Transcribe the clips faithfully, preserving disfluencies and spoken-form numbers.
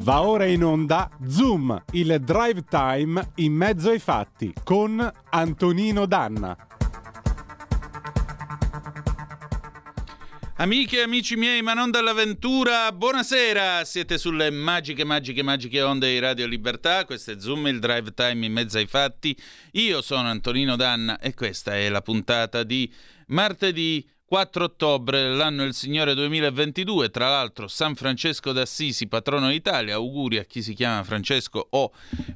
Va ora in onda Zoom, il drive time in mezzo ai fatti con Antonino Danna. Amiche e amici miei, ma non dall'avventura, buonasera! Siete sulle magiche, magiche, magiche onde di Radio Libertà. Questo è Zoom, il drive time in mezzo ai fatti. Io sono Antonino Danna e questa è la puntata di martedì quattro ottobre, l'anno del Signore duemilaventidue. Tra l'altro San Francesco d'Assisi, patrono d'Italia. Auguri a chi si chiama Francesco o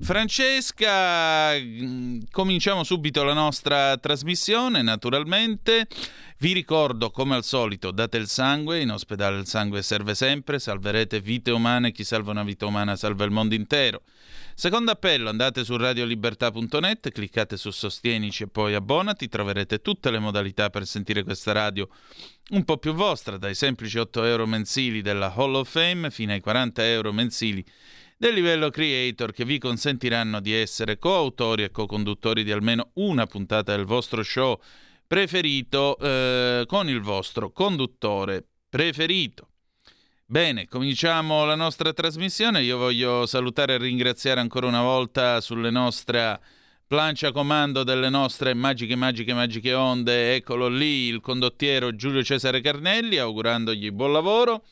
Francesca. Cominciamo subito la nostra trasmissione, naturalmente. Vi ricordo, come al solito, date il sangue, in ospedale il sangue serve sempre, salverete vite umane, chi salva una vita umana salva il mondo intero. Secondo appello, andate su radiolibertà punto net, cliccate su Sostienici e poi abbonati, troverete tutte le modalità per sentire questa radio un po' più vostra, dai semplici otto euro mensili della Hall of Fame fino ai quaranta euro mensili del livello creator, che vi consentiranno di essere coautori e co-conduttori di almeno una puntata del vostro show preferito eh, con il vostro conduttore preferito. Bene, cominciamo la nostra trasmissione. Io voglio salutare e ringraziare ancora una volta sulle nostre plancia comando delle nostre magiche, magiche, magiche onde, eccolo lì, il condottiero Giulio Cesare Carnelli, augurandogli buon lavoro.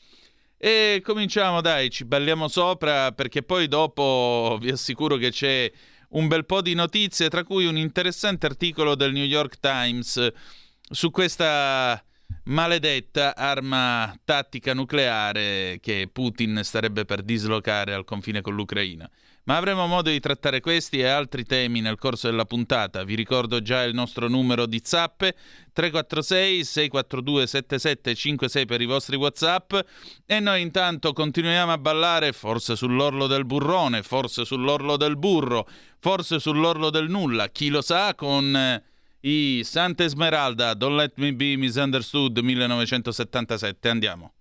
E cominciamo, dai, ci balliamo sopra, perché poi dopo vi assicuro che c'è un bel po' di notizie, tra cui un interessante articolo del New York Times su questa maledetta arma tattica nucleare che Putin starebbe per dislocare al confine con l'Ucraina. Ma avremo modo di trattare questi e altri temi nel corso della puntata. Vi ricordo già il nostro numero di zappe, tre quattro sei sei quattro due sette sette cinque sei per i vostri WhatsApp, e noi intanto continuiamo a ballare, forse sull'orlo del burrone, forse sull'orlo del burro, forse sull'orlo del nulla, chi lo sa, con eh, i Santa Esmeralda, Don't Let Me Be Misunderstood millenovecentosettantasette. Andiamo.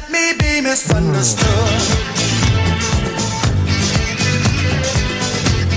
Misunderstood.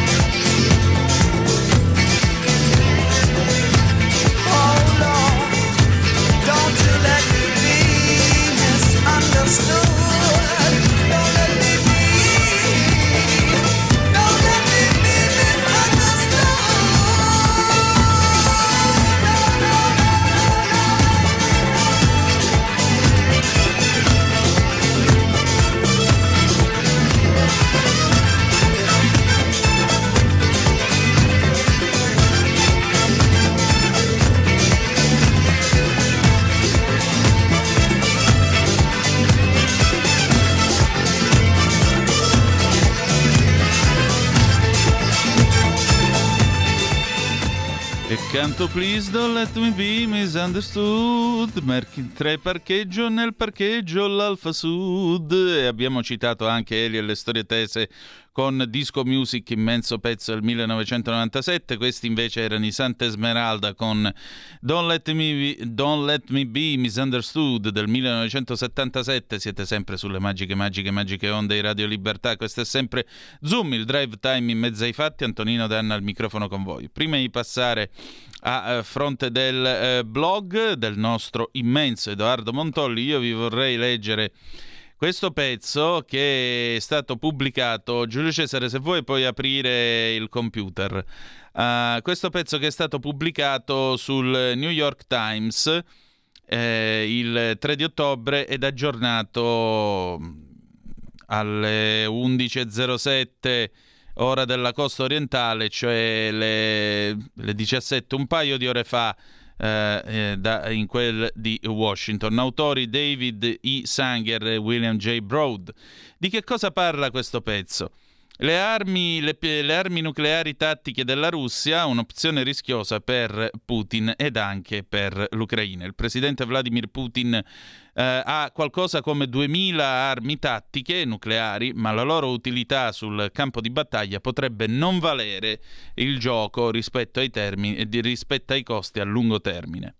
Canto Please Don't Let Me Be Misunderstood, mentre parcheggio nel parcheggio l'Alfa Sud, e abbiamo citato anche Elio e le storie tese con Disco Music, immenso pezzo del millenovecentonovantasette. Questi invece erano i Santa Esmeralda con Don't Let Me Be, Don't Let Me Be Misunderstood del millenovecentosettantasette. Siete sempre sulle magiche, magiche, magiche onde di Radio Libertà. Questo è sempre Zoom, il drive time in mezzo ai fatti. Antonino Danna al microfono con voi. Prima di passare a uh, fronte del uh, blog del nostro immenso Edoardo Montolli, io vi vorrei leggere questo pezzo che è stato pubblicato. Giulio Cesare, se vuoi puoi aprire il computer. Uh, questo pezzo che è stato pubblicato sul New York Times eh, il tre di ottobre ed aggiornato alle undici e zero sette ora della costa orientale, cioè le, le diciassette, un paio di ore fa, eh, eh, da, in quel di Washington. Autori David E. Sanger e William J. Broad. Di che cosa parla questo pezzo? Le armi, le, le armi nucleari tattiche della Russia, un'opzione rischiosa per Putin ed anche per l'Ucraina. Il presidente Vladimir Putin eh, ha qualcosa come duemila armi tattiche nucleari, ma la loro utilità sul campo di battaglia potrebbe non valere il gioco rispetto ai termini, rispetto ai costi a lungo termine.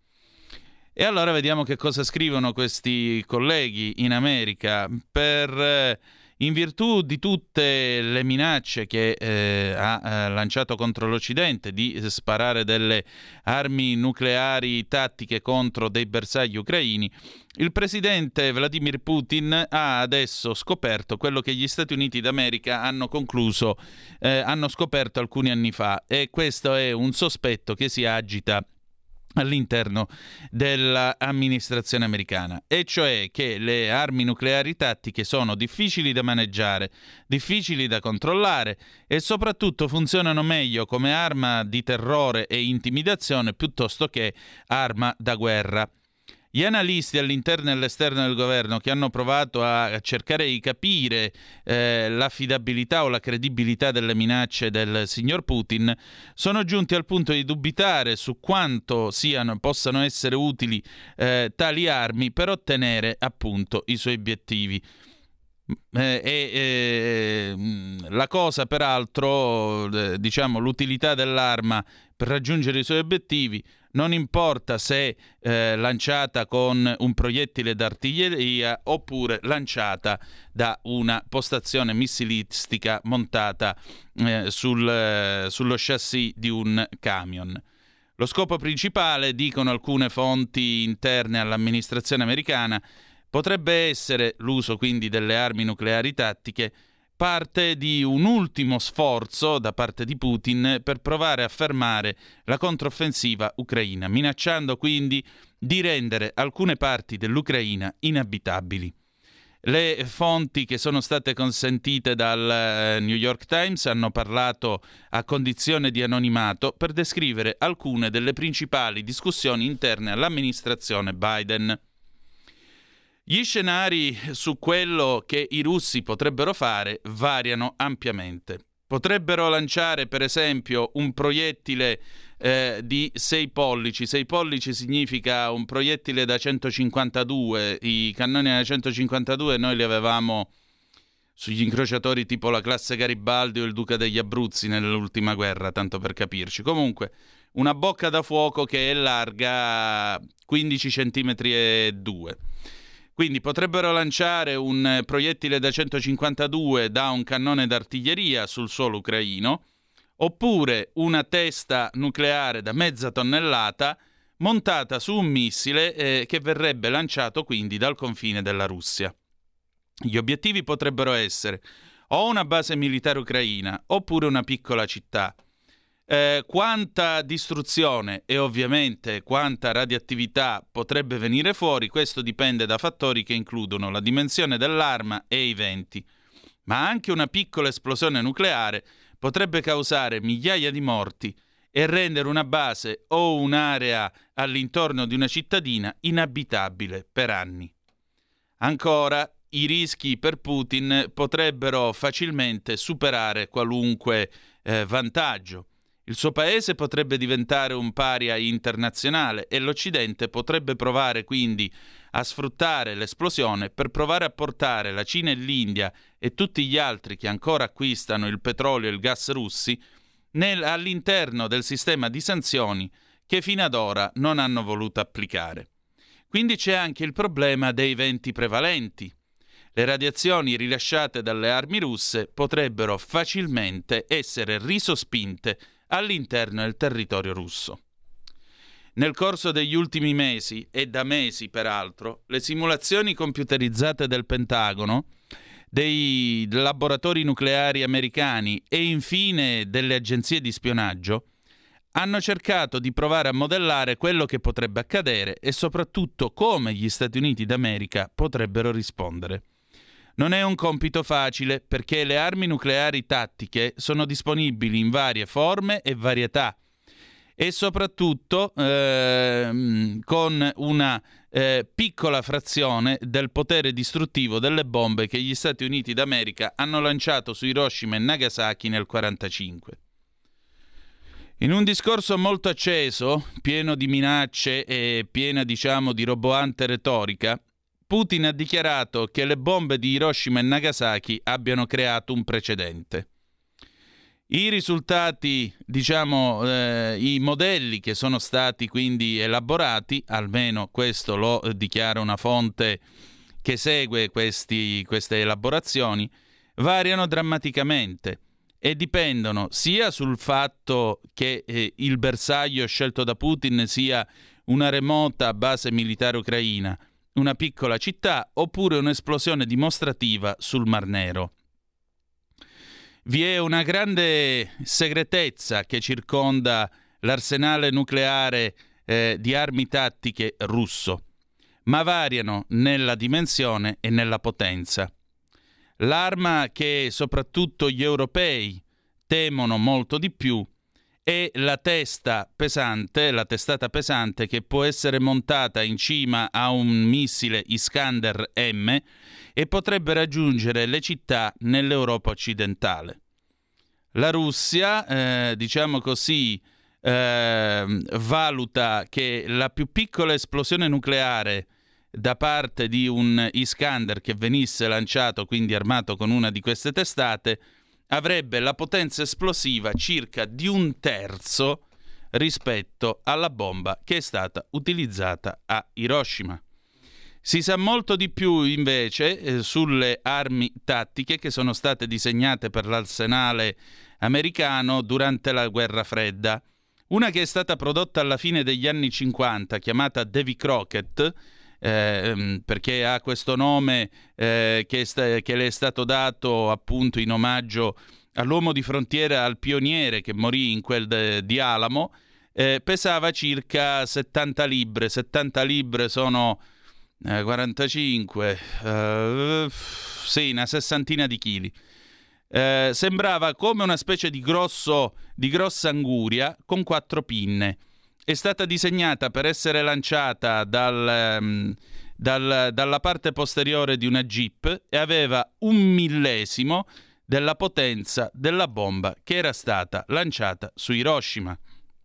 E allora vediamo che cosa scrivono questi colleghi in America. Per... Eh, In virtù di tutte le minacce che eh, ha eh, lanciato contro l'Occidente di sparare delle armi nucleari tattiche contro dei bersagli ucraini, il presidente Vladimir Putin ha adesso scoperto quello che gli Stati Uniti d'America hanno concluso, eh, hanno scoperto alcuni anni fa, e questo è un sospetto che si agita all'interno dell'amministrazione americana, e cioè che le armi nucleari tattiche sono difficili da maneggiare, difficili da controllare e soprattutto funzionano meglio come arma di terrore e intimidazione piuttosto che arma da guerra. Gli analisti all'interno e all'esterno del governo che hanno provato a cercare di capire eh, l'affidabilità o la credibilità delle minacce del signor Putin sono giunti al punto di dubitare su quanto siano, possano essere utili eh, tali armi per ottenere appunto i suoi obiettivi. Eh, e eh, la cosa peraltro, eh, diciamo, l'utilità dell'arma per raggiungere i suoi obiettivi non importa se eh, lanciata con un proiettile d'artiglieria oppure lanciata da una postazione missilistica montata eh, sul, eh, sullo chassis di un camion. Lo scopo principale, dicono alcune fonti interne all'amministrazione americana, potrebbe essere l'uso quindi delle armi nucleari tattiche, parte di un ultimo sforzo da parte di Putin per provare a fermare la controffensiva ucraina, minacciando quindi di rendere alcune parti dell'Ucraina inabitabili. Le fonti che sono state consentite dal New York Times hanno parlato a condizione di anonimato per descrivere alcune delle principali discussioni interne all'amministrazione Biden. Gli scenari su quello che i russi potrebbero fare variano ampiamente. Potrebbero lanciare, per esempio, un proiettile eh, di sei pollici. sei pollici significa un proiettile da centocinquantadue. I cannoni da centocinquantadue noi li avevamo sugli incrociatori tipo la classe Garibaldi o il Duca degli Abruzzi nell'ultima guerra, tanto per capirci. Comunque, una bocca da fuoco che è larga quindici centimetri e due. Quindi potrebbero lanciare un proiettile da centocinquantadue da un cannone d'artiglieria sul suolo ucraino, oppure una testa nucleare da mezza tonnellata montata su un missile eh, che verrebbe lanciato quindi dal confine della Russia. Gli obiettivi potrebbero essere o una base militare ucraina oppure una piccola città. Eh, quanta distruzione e ovviamente quanta radioattività potrebbe venire fuori, questo dipende da fattori che includono la dimensione dell'arma e i venti, ma anche una piccola esplosione nucleare potrebbe causare migliaia di morti e rendere una base o un'area all'intorno di una cittadina inabitabile per anni. Ancora, i rischi per Putin potrebbero facilmente superare qualunque eh, vantaggio. Il suo paese potrebbe diventare un paria internazionale e l'Occidente potrebbe provare quindi a sfruttare l'esplosione per provare a portare la Cina e l'India e tutti gli altri che ancora acquistano il petrolio e il gas russi nel, all'interno del sistema di sanzioni che fino ad ora non hanno voluto applicare. Quindi c'è anche il problema dei venti prevalenti. Le radiazioni rilasciate dalle armi russe potrebbero facilmente essere risospinte all'interno del territorio russo. Nel corso degli ultimi mesi, e da mesi peraltro, le simulazioni computerizzate del Pentagono, dei laboratori nucleari americani e infine delle agenzie di spionaggio hanno cercato di provare a modellare quello che potrebbe accadere e soprattutto come gli Stati Uniti d'America potrebbero rispondere. Non è un compito facile perché le armi nucleari tattiche sono disponibili in varie forme e varietà e soprattutto eh, con una eh, piccola frazione del potere distruttivo delle bombe che gli Stati Uniti d'America hanno lanciato su Hiroshima e Nagasaki nel millenovecentoquarantacinque. In un discorso molto acceso, pieno di minacce e piena, diciamo, di roboante retorica, Putin ha dichiarato che le bombe di Hiroshima e Nagasaki abbiano creato un precedente. I risultati, diciamo, eh, i modelli che sono stati quindi elaborati, almeno questo lo dichiara una fonte che segue questi, queste elaborazioni, variano drammaticamente e dipendono sia sul fatto che eh, il bersaglio scelto da Putin sia una remota base militare ucraina, una piccola città oppure un'esplosione dimostrativa sul Mar Nero. Vi è una grande segretezza che circonda l'arsenale nucleare eh, di armi tattiche russo, ma variano nella dimensione e nella potenza. L'arma che soprattutto gli europei temono molto di più è la testa pesante, la testata pesante che può essere montata in cima a un missile Iskander M e potrebbe raggiungere le città nell'Europa occidentale. La Russia, eh, diciamo così, eh, valuta che la più piccola esplosione nucleare da parte di un Iskander che venisse lanciato, quindi armato con una di queste testate, avrebbe la potenza esplosiva circa di un terzo rispetto alla bomba che è stata utilizzata a Hiroshima. Si sa molto di più invece eh, sulle armi tattiche che sono state disegnate per l'arsenale americano durante la guerra fredda. Una che è stata prodotta alla fine degli anni cinquanta, chiamata Davy Crockett, Eh, perché ha questo nome eh, che, sta- che le è stato dato appunto in omaggio all'uomo di frontiera, al pioniere che morì in quel de- di Alamo, eh, pesava circa settanta libbre. settanta libbre sono eh, quarantacinque, eh, sì, una sessantina di chili. Eh, sembrava come una specie di grosso di grossa anguria con quattro pinne. È stata disegnata per essere lanciata dal, um, dal, dalla parte posteriore di una Jeep e aveva un millesimo della potenza della bomba che era stata lanciata su Hiroshima.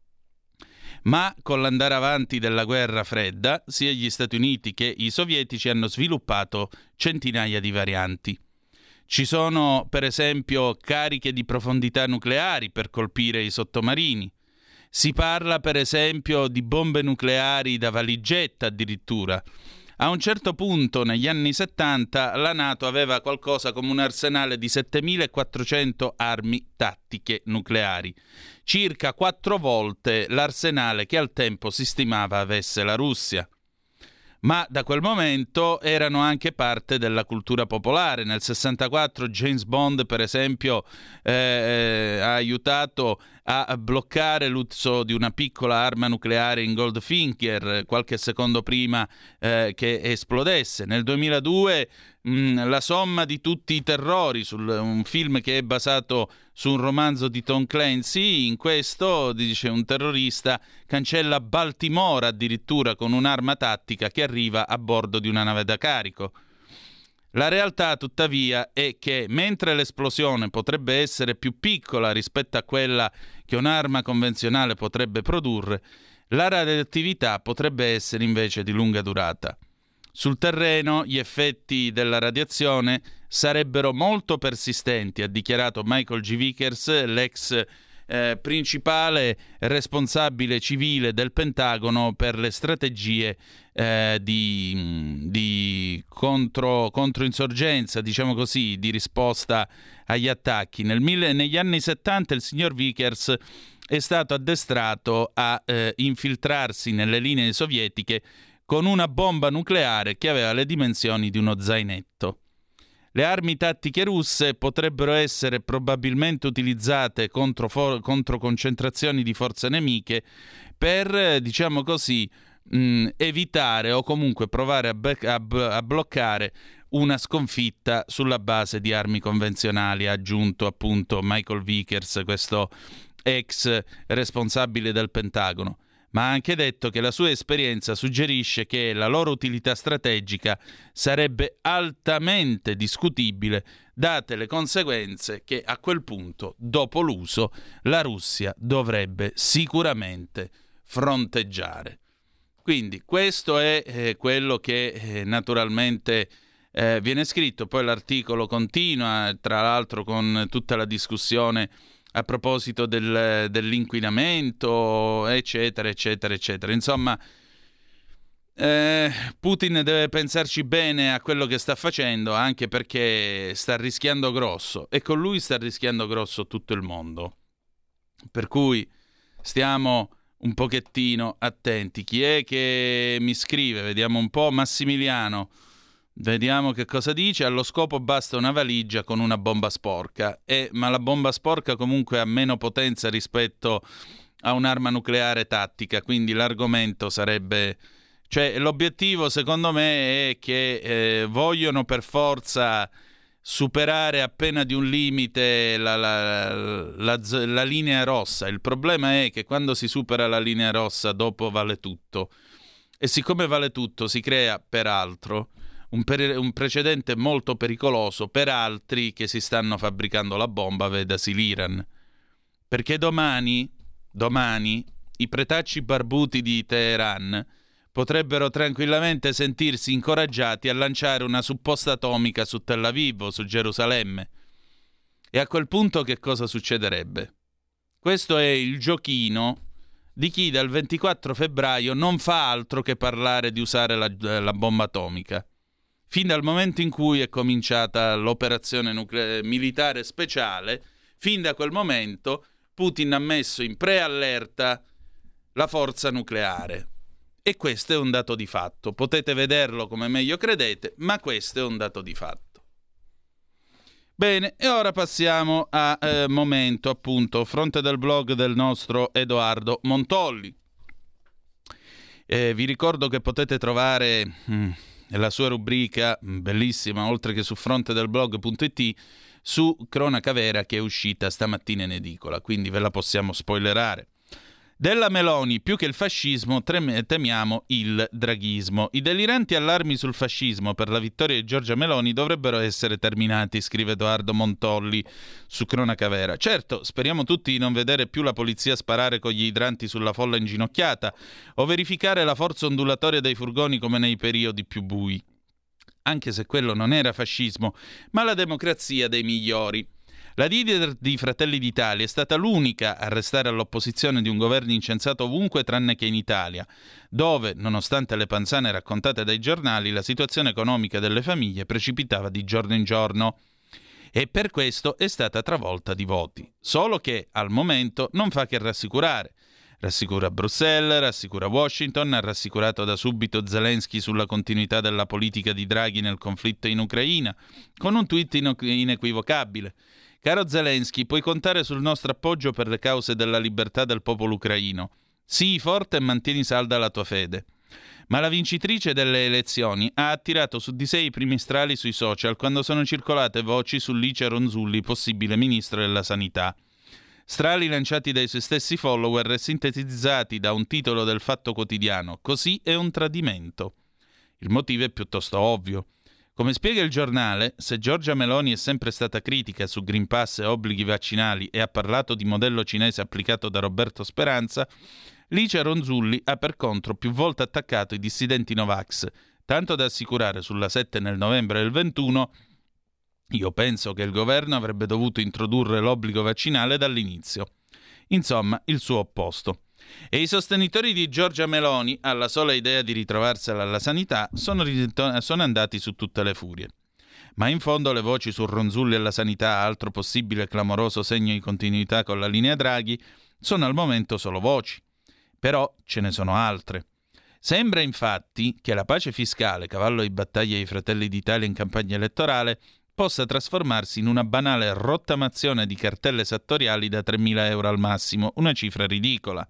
Ma con l'andare avanti della guerra fredda, sia gli Stati Uniti che i sovietici hanno sviluppato centinaia di varianti. Ci sono, per esempio, cariche di profondità nucleari per colpire i sottomarini. Si parla per esempio di bombe nucleari da valigetta addirittura. A un certo punto negli anni settanta la NATO aveva qualcosa come un arsenale di settemilaquattrocento armi tattiche nucleari, circa quattro volte l'arsenale che al tempo si stimava avesse la Russia. Ma da quel momento erano anche parte della cultura popolare. Nel sessantaquattro James Bond, per esempio, eh, ha aiutato a bloccare l'uso di una piccola arma nucleare in Goldfinger qualche secondo prima eh, che esplodesse. Nel duemiladue mh, la somma di tutti i terrori, sul, un film che è basato su un romanzo di Tom Clancy, in questo dice un terrorista cancella Baltimora addirittura con un'arma tattica che arriva a bordo di una nave da carico. La realtà, tuttavia, è che mentre l'esplosione potrebbe essere più piccola rispetto a quella che un'arma convenzionale potrebbe produrre, la radioattività potrebbe essere invece di lunga durata. Sul terreno gli effetti della radiazione sarebbero molto persistenti, ha dichiarato Michael G. Vickers, l'ex eh, principale responsabile civile del Pentagono per le strategie eh, di, di contro, controinsorgenza, diciamo così, di risposta agli attacchi. Nel mille, negli anni settanta il signor Vickers è stato addestrato a eh, infiltrarsi nelle linee sovietiche con una bomba nucleare che aveva le dimensioni di uno zainetto. Le armi tattiche russe potrebbero essere probabilmente utilizzate contro, for- contro concentrazioni di forze nemiche per, eh, diciamo così, mh, evitare o comunque provare a, be- a, b- a bloccare una sconfitta sulla base di armi convenzionali, ha aggiunto appunto Michael Vickers, questo ex responsabile del Pentagono. Ma ha anche detto che la sua esperienza suggerisce che la loro utilità strategica sarebbe altamente discutibile, date le conseguenze che a quel punto, dopo l'uso, la Russia dovrebbe sicuramente fronteggiare. Quindi questo è eh, quello che eh, naturalmente eh, viene scritto. Poi l'articolo continua, tra l'altro con tutta la discussione a proposito del, dell'inquinamento, eccetera, eccetera, eccetera. Insomma, eh, Putin deve pensarci bene a quello che sta facendo, anche perché sta rischiando grosso, e con lui sta rischiando grosso tutto il mondo. Per cui stiamo un pochettino attenti. Chi è che mi scrive? Vediamo un po'. Massimiliano. Vediamo che cosa dice. Allo scopo basta una valigia con una bomba sporca, eh, ma la bomba sporca comunque ha meno potenza rispetto a un'arma nucleare tattica, quindi l'argomento sarebbe, cioè l'obiettivo secondo me è che eh, vogliono per forza superare appena di un limite la, la, la, la, la linea rossa. Il problema è che quando si supera la linea rossa dopo vale tutto, e siccome vale tutto si crea peraltro Un, per- un precedente molto pericoloso per altri che si stanno fabbricando la bomba, vedasi l'Iran. Perché domani, domani, i pretacci barbuti di Teheran potrebbero tranquillamente sentirsi incoraggiati a lanciare una supposta atomica su Tel Aviv o su Gerusalemme. E a quel punto che cosa succederebbe? Questo è il giochino di chi dal ventiquattro febbraio non fa altro che parlare di usare la, la bomba atomica. Fin dal momento in cui è cominciata l'operazione nucle- militare speciale, fin da quel momento Putin ha messo in preallerta la forza nucleare. E questo è un dato di fatto. Potete vederlo come meglio credete, ma questo è un dato di fatto. Bene, e ora passiamo a eh, momento, appunto, fronte del blog del nostro Edoardo Montolli. Eh, vi ricordo che potete trovare... Hmm, la sua rubrica bellissima, oltre che su fronte del blog punto it, su Cronaca Vera, che è uscita stamattina in edicola, quindi ve la possiamo spoilerare. Della Meloni, più che il fascismo, temiamo il draghismo. I deliranti allarmi sul fascismo per la vittoria di Giorgia Meloni dovrebbero essere terminati, scrive Edoardo Montolli su Cronaca Vera. Certo, speriamo tutti di non vedere più la polizia sparare con gli idranti sulla folla inginocchiata o verificare la forza ondulatoria dei furgoni come nei periodi più bui. Anche se quello non era fascismo, ma la democrazia dei migliori. La leader di Fratelli d'Italia è stata l'unica a restare all'opposizione di un governo incensato ovunque tranne che in Italia, dove, nonostante le panzane raccontate dai giornali, la situazione economica delle famiglie precipitava di giorno in giorno. E per questo è stata travolta di voti. Solo che, al momento, non fa che rassicurare. Rassicura Bruxelles, rassicura Washington, ha rassicurato da subito Zelensky sulla continuità della politica di Draghi nel conflitto in Ucraina, con un tweet ino- inequivocabile. Caro Zelensky, puoi contare sul nostro appoggio per le cause della libertà del popolo ucraino. Sii forte e mantieni salda la tua fede. Ma la vincitrice delle elezioni ha attirato su di sé i primi strali sui social quando sono circolate voci su Licia Ronzulli, possibile ministro della sanità. Strali lanciati dai suoi stessi follower e sintetizzati da un titolo del Fatto Quotidiano. Così è un tradimento. Il motivo è piuttosto ovvio. Come spiega il giornale, se Giorgia Meloni è sempre stata critica su Green Pass e obblighi vaccinali e ha parlato di modello cinese applicato da Roberto Speranza, Licia Ronzulli ha per contro più volte attaccato i dissidenti Novax, tanto da assicurare sulla sette nel novembre del ventuno: io penso che il governo avrebbe dovuto introdurre l'obbligo vaccinale dall'inizio. Insomma, il suo opposto. E i sostenitori di Giorgia Meloni, alla sola idea di ritrovarsela alla sanità, sono, ritorn- sono andati su tutte le furie. Ma in fondo le voci su Ronzulli e la sanità, altro possibile clamoroso segno di continuità con la linea Draghi, sono al momento solo voci. Però ce ne sono altre. Sembra infatti che la pace fiscale, cavallo di battaglia dei Fratelli d'Italia in campagna elettorale, possa trasformarsi in una banale rottamazione di cartelle esattoriali da tremila euro al massimo, una cifra ridicola.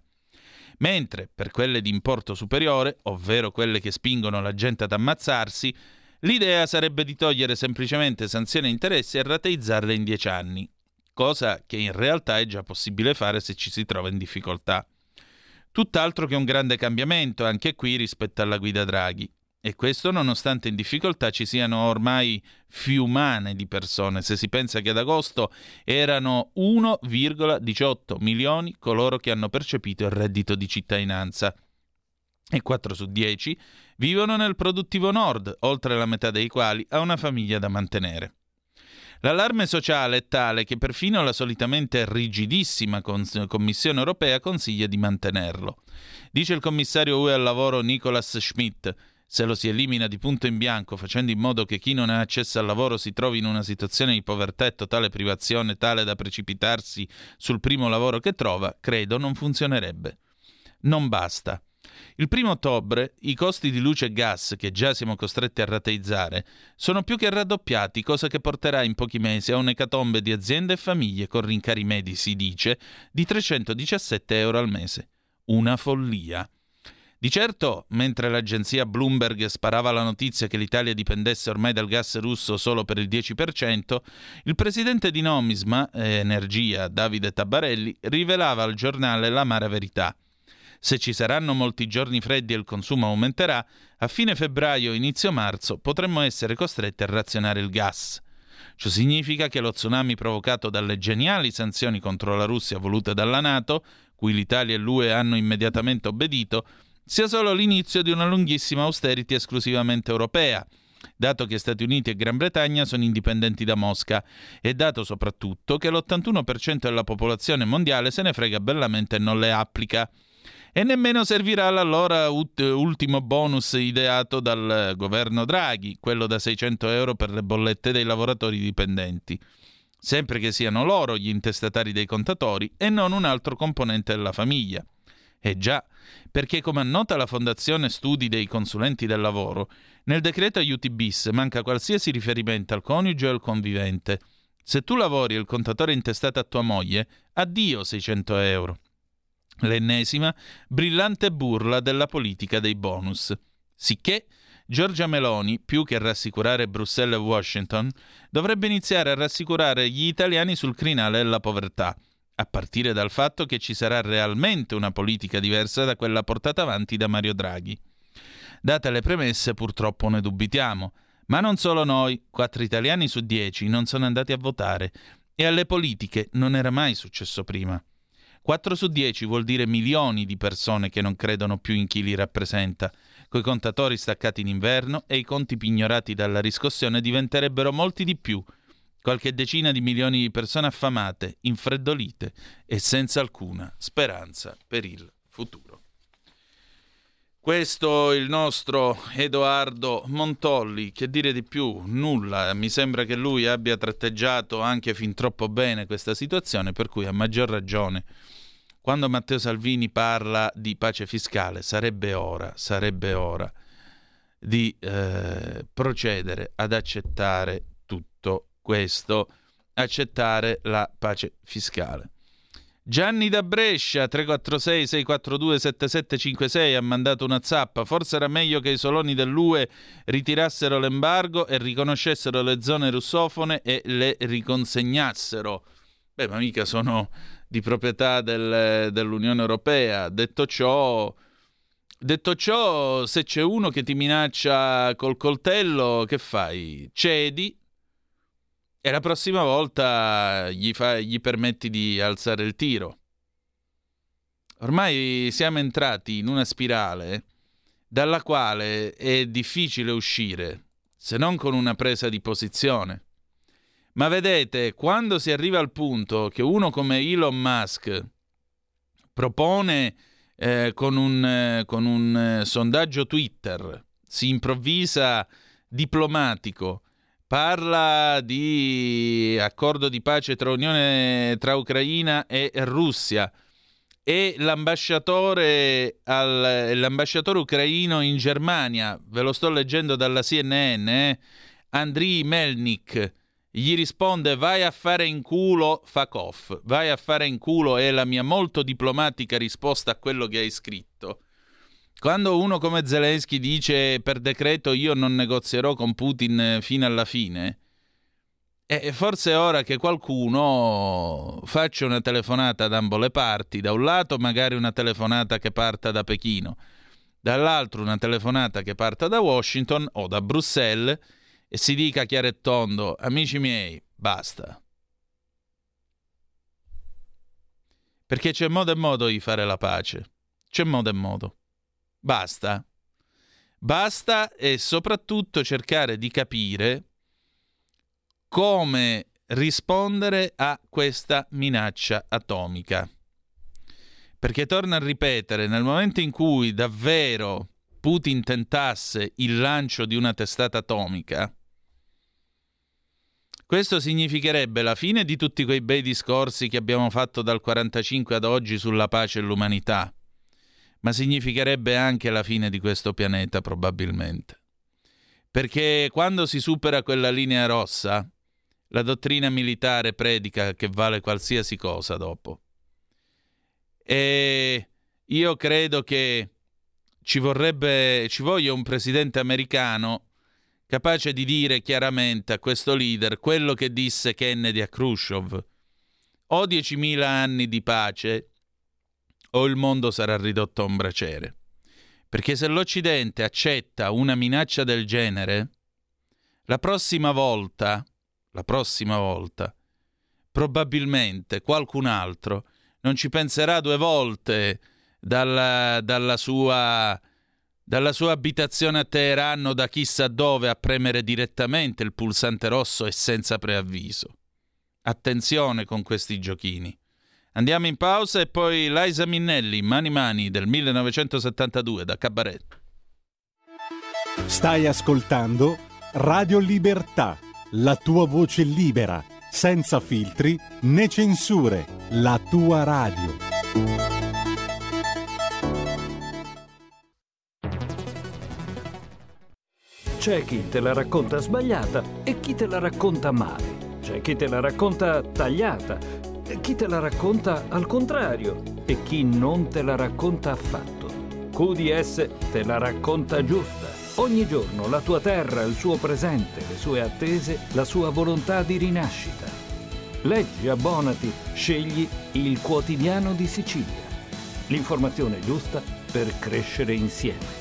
Mentre per quelle di importo superiore, ovvero quelle che spingono la gente ad ammazzarsi, l'idea sarebbe di togliere semplicemente sanzioni e interessi e rateizzarle in dieci anni, cosa che in realtà è già possibile fare se ci si trova in difficoltà. Tutt'altro che un grande cambiamento, anche qui, rispetto alla guida Draghi. E questo nonostante in difficoltà ci siano ormai fiumane di persone. Se si pensa che ad agosto erano uno virgola diciotto milioni coloro che hanno percepito il reddito di cittadinanza. E quattro su dieci vivono nel produttivo nord, oltre la metà dei quali ha una famiglia da mantenere. L'allarme sociale è tale che perfino la solitamente rigidissima cons- Commissione europea consiglia di mantenerlo. Dice il commissario U E al lavoro Nicolas Schmidt: se lo si elimina di punto in bianco, facendo in modo che chi non ha accesso al lavoro si trovi in una situazione di povertà e totale privazione tale da precipitarsi sul primo lavoro che trova, credo non funzionerebbe. Non basta. Il primo ottobre i costi di luce e gas, che già siamo costretti a rateizzare, sono più che raddoppiati, cosa che porterà in pochi mesi a un'ecatombe di aziende e famiglie con rincari medi, si dice, di trecentodiciassette euro al mese. Una follia. Di certo, mentre l'agenzia Bloomberg sparava la notizia che l'Italia dipendesse ormai dal gas russo solo per il dieci per cento, il presidente di Nomisma eh, Energia, Davide Tabarelli, rivelava al giornale l'amara verità. Se ci saranno molti giorni freddi e il consumo aumenterà, a fine febbraio o inizio marzo potremmo essere costretti a razionare il gas. Ciò significa che lo tsunami provocato dalle geniali sanzioni contro la Russia volute dalla NATO, cui l'Italia e l'U E hanno immediatamente obbedito, sia solo l'inizio di una lunghissima austerity esclusivamente europea, dato che Stati Uniti e Gran Bretagna sono indipendenti da Mosca e dato soprattutto che l'ottantuno per cento della popolazione mondiale se ne frega bellamente e non le applica. E nemmeno servirà l'allora ut- ultimo bonus ideato dal governo Draghi, quello da seicento euro per le bollette dei lavoratori dipendenti, sempre che siano loro gli intestatari dei contatori e non un altro componente della famiglia. E già, perché come annota la Fondazione Studi dei Consulenti del Lavoro, nel decreto aiuti bis manca qualsiasi riferimento al coniuge o al convivente. Se tu lavori e il contatore è intestato a tua moglie, addio seicento euro. L'ennesima brillante burla della politica dei bonus. Sicché Giorgia Meloni, più che rassicurare Bruxelles e Washington, dovrebbe iniziare a rassicurare gli italiani sul crinale della povertà, a partire dal fatto che ci sarà realmente una politica diversa da quella portata avanti da Mario Draghi. Date le premesse, purtroppo ne dubitiamo, ma non solo noi, quattro italiani su dieci non sono andati a votare e alle politiche non era mai successo prima. quattro su dieci vuol dire milioni di persone che non credono più in chi li rappresenta. Coi contatori staccati in inverno e i conti pignorati dalla riscossione diventerebbero molti di più. Qualche decina di milioni di persone affamate, infreddolite e senza alcuna speranza per il futuro. Questo il nostro Edoardo Montolli, che dire di più? Nulla, mi sembra che lui abbia tratteggiato anche fin troppo bene questa situazione, per cui a maggior ragione quando Matteo Salvini parla di pace fiscale sarebbe ora, sarebbe ora di eh, procedere ad accettare tutto questo, accettare la pace fiscale. Gianni da Brescia, tre quattro sei sei quattro due sette sette cinque sei, ha mandato una zappa. Forse era meglio che i soloni dell'U E ritirassero l'embargo e riconoscessero le zone russofone e le riconsegnassero. Beh, ma mica sono di proprietà del, dell'Unione Europea. Detto ciò, Detto ciò, se c'è uno che ti minaccia col coltello, che fai? Cedi e la prossima volta gli, fa, gli permetti di alzare il tiro. Ormai siamo entrati in una spirale dalla quale è difficile uscire, se non con una presa di posizione. Ma vedete, quando si arriva al punto che uno come Elon Musk propone eh, con un, eh, con un eh, sondaggio Twitter, si improvvisa diplomatico, parla di accordo di pace tra Unione, tra Ucraina e Russia, e l'ambasciatore, al, l'ambasciatore ucraino in Germania, ve lo sto leggendo dalla C N N, eh, Andriy Melnik, gli risponde: vai a fare in culo, fuck off, vai a fare in culo, è la mia molto diplomatica risposta a quello che hai scritto. Quando uno come Zelensky dice per decreto io non negozierò con Putin fino alla fine, e forse è ora che qualcuno faccia una telefonata da ambo le parti, da un lato magari una telefonata che parta da Pechino, dall'altro una telefonata che parta da Washington o da Bruxelles, e si dica chiaro e tondo: amici miei, basta. Perché c'è modo e modo di fare la pace, c'è modo e modo. Basta. Basta, e soprattutto cercare di capire come rispondere a questa minaccia atomica. Perché torno a ripetere, nel momento in cui davvero Putin tentasse il lancio di una testata atomica, questo significherebbe la fine di tutti quei bei discorsi che abbiamo fatto dal quarantacinque ad oggi sulla pace e l'umanità, ma significherebbe anche la fine di questo pianeta, probabilmente. Perché quando si supera quella linea rossa, la dottrina militare predica che vale qualsiasi cosa dopo. E io credo che ci vorrebbe, ci voglia un presidente americano capace di dire chiaramente a questo leader quello che disse Kennedy a Khrushchev: o diecimila anni di pace o il mondo sarà ridotto a un braciere. Perché se l'Occidente accetta una minaccia del genere, la prossima volta, la prossima volta, probabilmente qualcun altro non ci penserà due volte dalla, dalla sua... dalla sua abitazione a Teheran o da chissà dove a premere direttamente il pulsante rosso e senza preavviso. Attenzione con questi giochini. Andiamo in pausa e poi Liza Minnelli, Mani Mani del millenovecentosettantadue da Cabaret. Stai ascoltando Radio Libertà, la tua voce libera, senza filtri né censure, la tua radio. C'è chi te la racconta sbagliata e chi te la racconta male. C'è chi te la racconta tagliata e chi te la racconta al contrario e chi non te la racconta affatto. Q D S te la racconta giusta. Ogni giorno la tua terra, il suo presente, le sue attese, la sua volontà di rinascita. Leggi, abbonati, scegli il Quotidiano di Sicilia. L'informazione giusta per crescere insieme.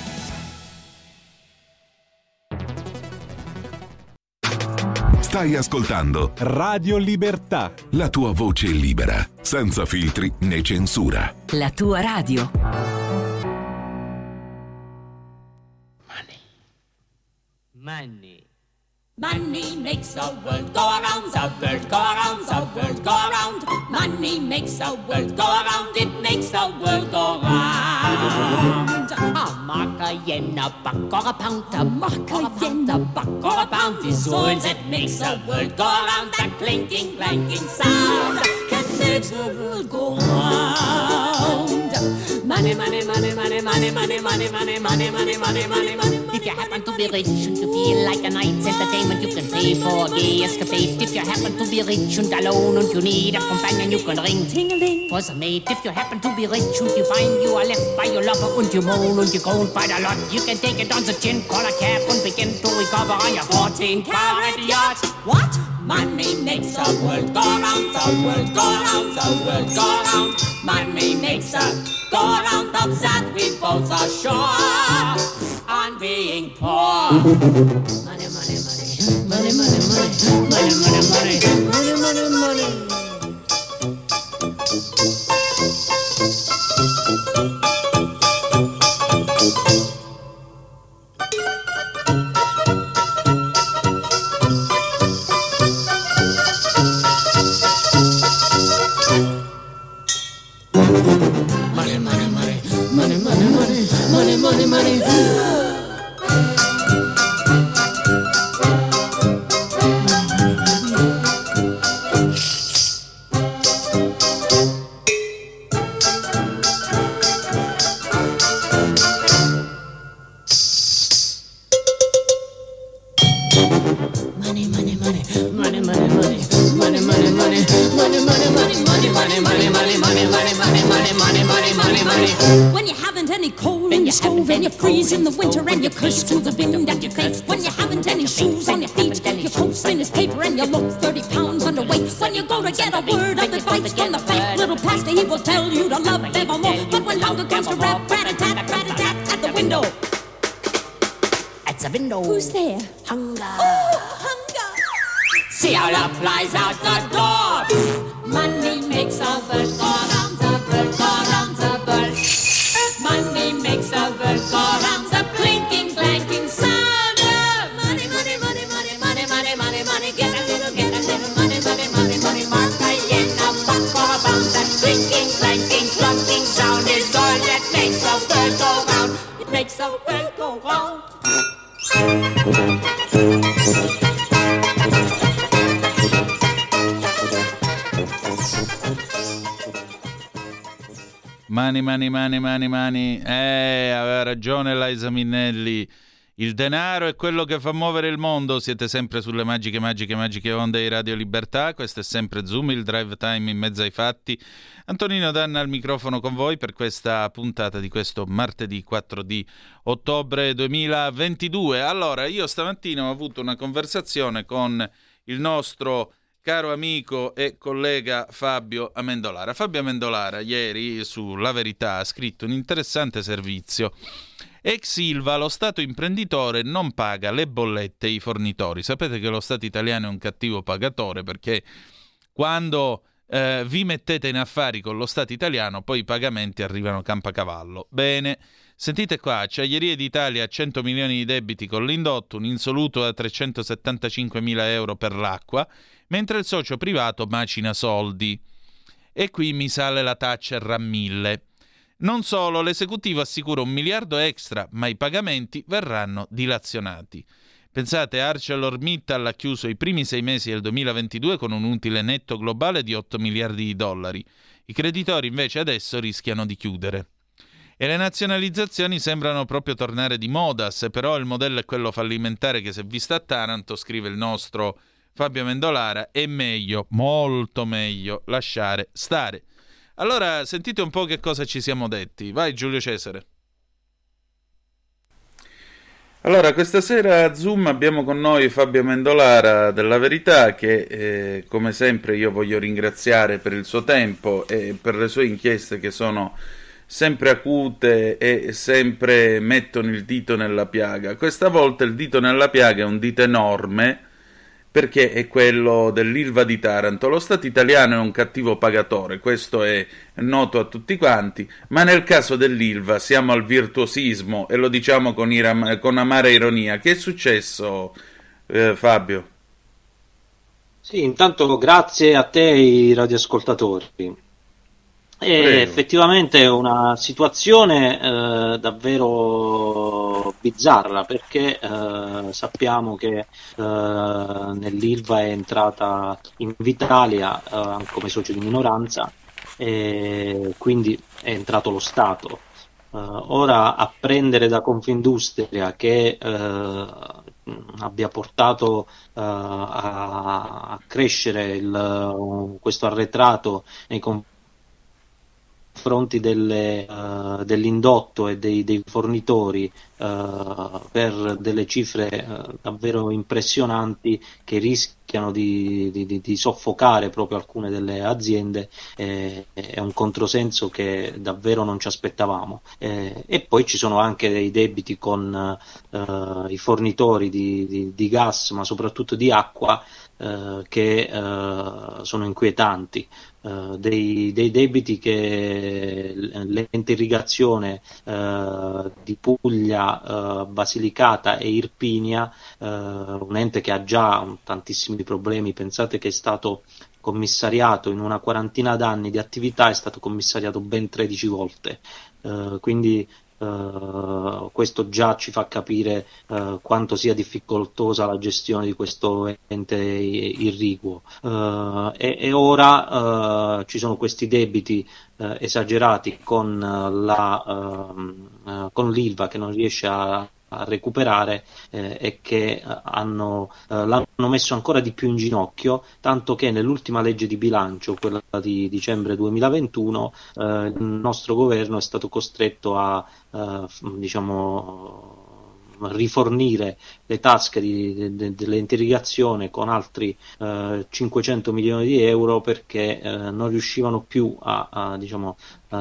Stai ascoltando Radio Libertà, la tua voce libera, senza filtri né censura. La tua radio. Money. Money. Money makes the world go around, the world go around, the world go around. Money makes the world go around, it makes the world go round. A mark, a yen, a buck or a pound, a mark, a yen, a buck or a pound is all that makes the world go around. That clinking, clanking sound that makes the world go round. Money, money, money, money, money, money, money, money, money, money, money, money, money. If you happen to be rich and you feel like a night's entertainment, you can pay for a gay escapade. If you happen to be rich and alone and you need a companion, you can ring ting-a-ling for some mate. If you happen to be rich and you find you are left by your lover and you moan and you groan quite a lot, you can take it on the chin, call a cab and begin to recover on your fourteen carat yacht. What? Money makes the world go round, the world go round, the world go round. Money makes the go round, of that we both are sure on being poor. Money, money, money, money, money, money, money, money, money, money, money, money. Money, money, money. When you haven't any coal in your stove and you freeze in the winter and you curse to the wind at your face. When you haven't any shoes on your feet, your coat's thin as paper and you look thirty pounds underweight. When you go to get a word of advice from the fat little pastor, he will tell you to love evermore. But when hunger comes to rap, rat-a-tat, rat-a-tat at the window. At the window. Who's there? Hunger. Oh, hunger. See how love flies out the door. Money makes a world go round, the world go round, the world. Money makes the world go round, the clinking, clanking sound of money, money, money, money, money, money, money, money. Get a little, get a little money, money, money, money. Mark a yen, a buck for a pound. That clinking, clanking, clunking sound is all that makes the world go round. It makes the world go round. Mani, mani, mani, mani, mani. Eh, aveva ragione Liza Minnelli. Il denaro è quello che fa muovere il mondo. Siete sempre sulle magiche, magiche, magiche onde di Radio Libertà. Questo è sempre Zoom, il drive time in mezzo ai fatti. Antonino Danna al microfono con voi per questa puntata di questo martedì quattro di ottobre duemilaventidue. Allora, io stamattina ho avuto una conversazione con il nostro caro amico e collega Fabio Amendolara. Fabio Amendolara ieri su La Verità ha scritto un interessante servizio. Ex Ilva, lo Stato imprenditore non paga le bollette ai fornitori. Sapete che lo Stato italiano è un cattivo pagatore perché quando eh, vi mettete in affari con lo Stato italiano poi i pagamenti arrivano campacavallo. Bene, sentite qua, Acciaierie d'Italia ha cento milioni di debiti con l'indotto, un insoluto da trecentosettantacinquemila euro per l'acqua, mentre il socio privato macina soldi. E qui mi sale la Thatcher a mille. Non solo, l'esecutivo assicura un miliardo extra, ma i pagamenti verranno dilazionati. Pensate, ArcelorMittal ha chiuso i primi sei mesi del duemilaventidue con un utile netto globale di otto miliardi di dollari. I creditori invece adesso rischiano di chiudere. E le nazionalizzazioni sembrano proprio tornare di moda, se però il modello è quello fallimentare che si è visto a Taranto, scrive il nostro Fabio Amendolara, è meglio, molto meglio, lasciare stare. Allora, sentite un po' che cosa ci siamo detti. Vai Giulio Cesare. Allora, questa sera a Zoom abbiamo con noi Fabio Amendolara della Verità che, eh, come sempre, io voglio ringraziare per il suo tempo e per le sue inchieste che sono sempre acute e sempre mettono il dito nella piaga. Questa volta il dito nella piaga è un dito enorme, perché è quello dell'Ilva di Taranto. Lo Stato italiano è un cattivo pagatore, questo è noto a tutti quanti, ma nel caso dell'Ilva siamo al virtuosismo e lo diciamo con, ira- con amara ironia. Che è successo, eh, Fabio? Sì, intanto grazie a te e ai radioascoltatori. E effettivamente è una situazione eh, davvero bizzarra perché eh, sappiamo che eh, nell'Ilva è entrata Invitalia eh, come socio di minoranza e quindi è entrato lo Stato. Eh, ora apprendere da Confindustria che eh, abbia portato uh, a, a crescere il, uh, questo arretrato nei confronti fronti delle, uh, dell'indotto e dei, dei fornitori uh, eh, per delle cifre eh, davvero impressionanti che rischiano di, di, di soffocare proprio alcune delle aziende. Eh, è un controsenso che davvero non ci aspettavamo. Eh, e poi ci sono anche dei debiti con eh, i fornitori di, di, di gas, ma soprattutto di acqua, eh, che eh, sono inquietanti. Uh, dei, dei debiti che l'ente irrigazione uh, di Puglia, uh, Basilicata e Irpinia, uh, un ente che ha già tantissimi problemi. Pensate che è stato commissariato in una quarantina d'anni di attività, è stato commissariato ben tredici volte, uh, quindi Uh, questo già ci fa capire uh, quanto sia difficoltosa la gestione di questo ente irriguo. Uh, e, e ora uh, ci sono questi debiti uh, esagerati con, uh, la, uh, uh, con l'Ilva, che non riesce a a recuperare eh, e che uh, hanno, uh, l'hanno messo ancora di più in ginocchio, tanto che nell'ultima legge di bilancio, quella di dicembre duemilaventuno, uh, il nostro governo è stato costretto a uh, diciamo rifornire le tasche di, de, dell'ente irrigazione con altri uh, cinquecento milioni di euro, perché uh, non riuscivano più a, a diciamo uh,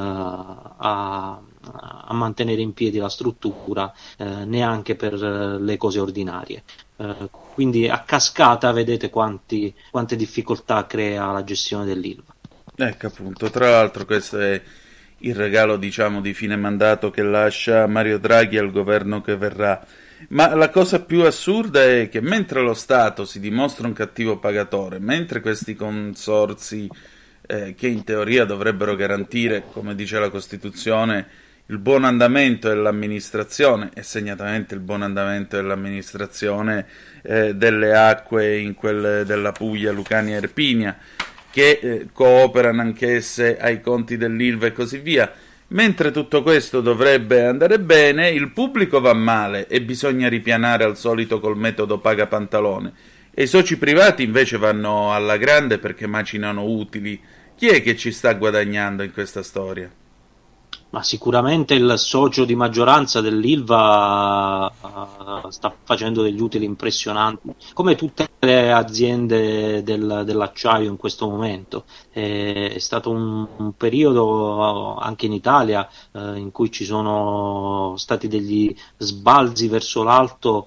a a mantenere in piedi la struttura, eh, neanche per eh, le cose ordinarie. Eh, quindi a cascata vedete quanti, quante difficoltà crea la gestione dell'Ilva. Ecco, appunto, tra l'altro questo è il regalo, diciamo, di fine mandato che lascia Mario Draghi al governo che verrà. Ma la cosa più assurda è che mentre lo Stato si dimostra un cattivo pagatore, mentre questi consorzi eh, che in teoria dovrebbero garantire, come dice la Costituzione, il buon andamento dell'amministrazione, e segnatamente il buon andamento dell'amministrazione eh, delle acque in quelle della Puglia, Lucania e Irpinia, che eh, cooperano anch'esse ai conti dell'Ilva e così via. Mentre tutto questo dovrebbe andare bene, il pubblico va male e bisogna ripianare al solito col metodo paga pantalone, e i soci privati invece vanno alla grande perché macinano utili. Chi è che ci sta guadagnando in questa storia? Ma sicuramente il socio di maggioranza dell'Ilva uh, sta facendo degli utili impressionanti, come tutte le aziende del, dell'acciaio in questo momento. È stato un, un periodo anche in Italia uh, in cui ci sono stati degli sbalzi verso l'alto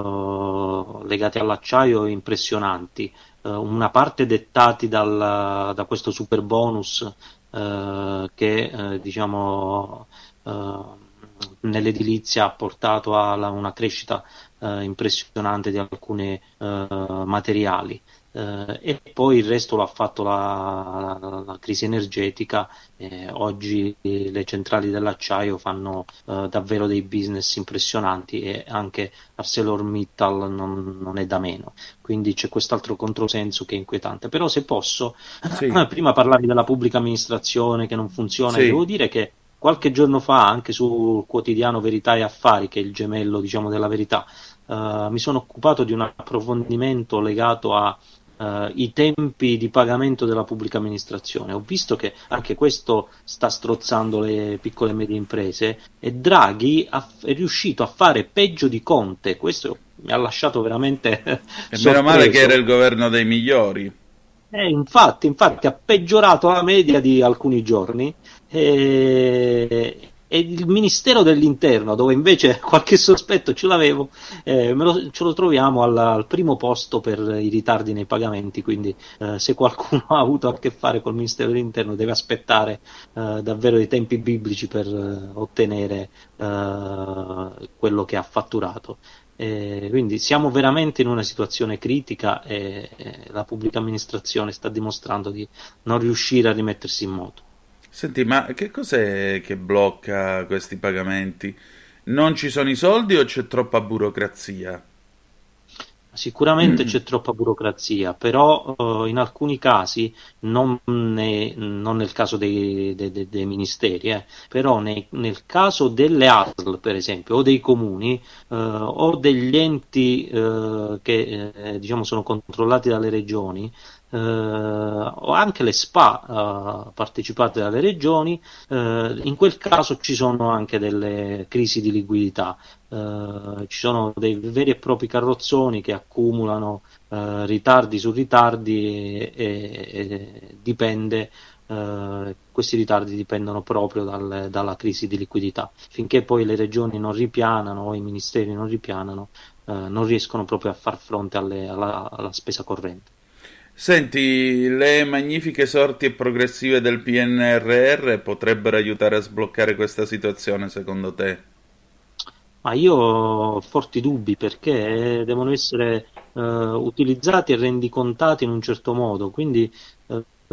uh, legati all'acciaio impressionanti, uh, una parte dettati dal, da questo super bonus Uh, che uh, diciamo uh, nell'edilizia ha portato a la, una crescita uh, impressionante di alcuni uh, materiali, uh, e poi il resto l'ha fatto la, la, la crisi energetica. Eh, oggi le centrali dell'acciaio fanno uh, davvero dei business impressionanti, e anche ArcelorMittal non, non è da meno. Quindi c'è quest'altro controsenso che è inquietante. Però, se posso, sì. Prima parlavi della pubblica amministrazione che non funziona, sì. Devo dire che qualche giorno fa, anche sul quotidiano Verità e Affari, che è il gemello, diciamo, della Verità, uh, mi sono occupato di un approfondimento legato a Uh, i tempi di pagamento della pubblica amministrazione. Ho visto che anche questo sta strozzando le piccole e medie imprese, e Draghi ha, è riuscito a fare peggio di Conte. Questo mi ha lasciato veramente e meno male che era il governo dei migliori. Eh, infatti, infatti ha peggiorato la media di alcuni giorni, e e il Ministero dell'Interno, dove invece qualche sospetto ce l'avevo, eh, me lo, ce lo troviamo al, al primo posto per i ritardi nei pagamenti. Quindi eh, se qualcuno ha avuto a che fare col Ministero dell'Interno deve aspettare eh, davvero dei tempi biblici per eh, ottenere eh, quello che ha fatturato. Eh, quindi siamo veramente in una situazione critica, e, e la pubblica amministrazione sta dimostrando di non riuscire a rimettersi in moto. Senti, ma che cos'è che blocca questi pagamenti? Non ci sono i soldi o c'è troppa burocrazia? Sicuramente mm. c'è troppa burocrazia, però uh, in alcuni casi, non, ne, non nel caso dei, dei, dei, dei ministeri, eh, però nei, nel caso delle A S L, per esempio, o dei comuni, uh, o degli enti uh, che eh, diciamo sono controllati dalle regioni, eh, o anche le S P A eh, partecipate dalle regioni, eh, in quel caso ci sono anche delle crisi di liquidità. Uh, ci sono dei veri e propri carrozzoni che accumulano uh, ritardi su ritardi e, e, e dipende, uh, questi ritardi dipendono proprio dal, dalla crisi di liquidità. Finché poi le regioni non ripianano o i ministeri non ripianano, uh, non riescono proprio a far fronte alle, alla, alla spesa corrente. Senti, le magnifiche sorti e progressive del P N R R potrebbero aiutare a sbloccare questa situazione, secondo te? Ma io ho forti dubbi, perché devono essere uh, utilizzati e rendicontati in un certo modo, quindi uh, uh,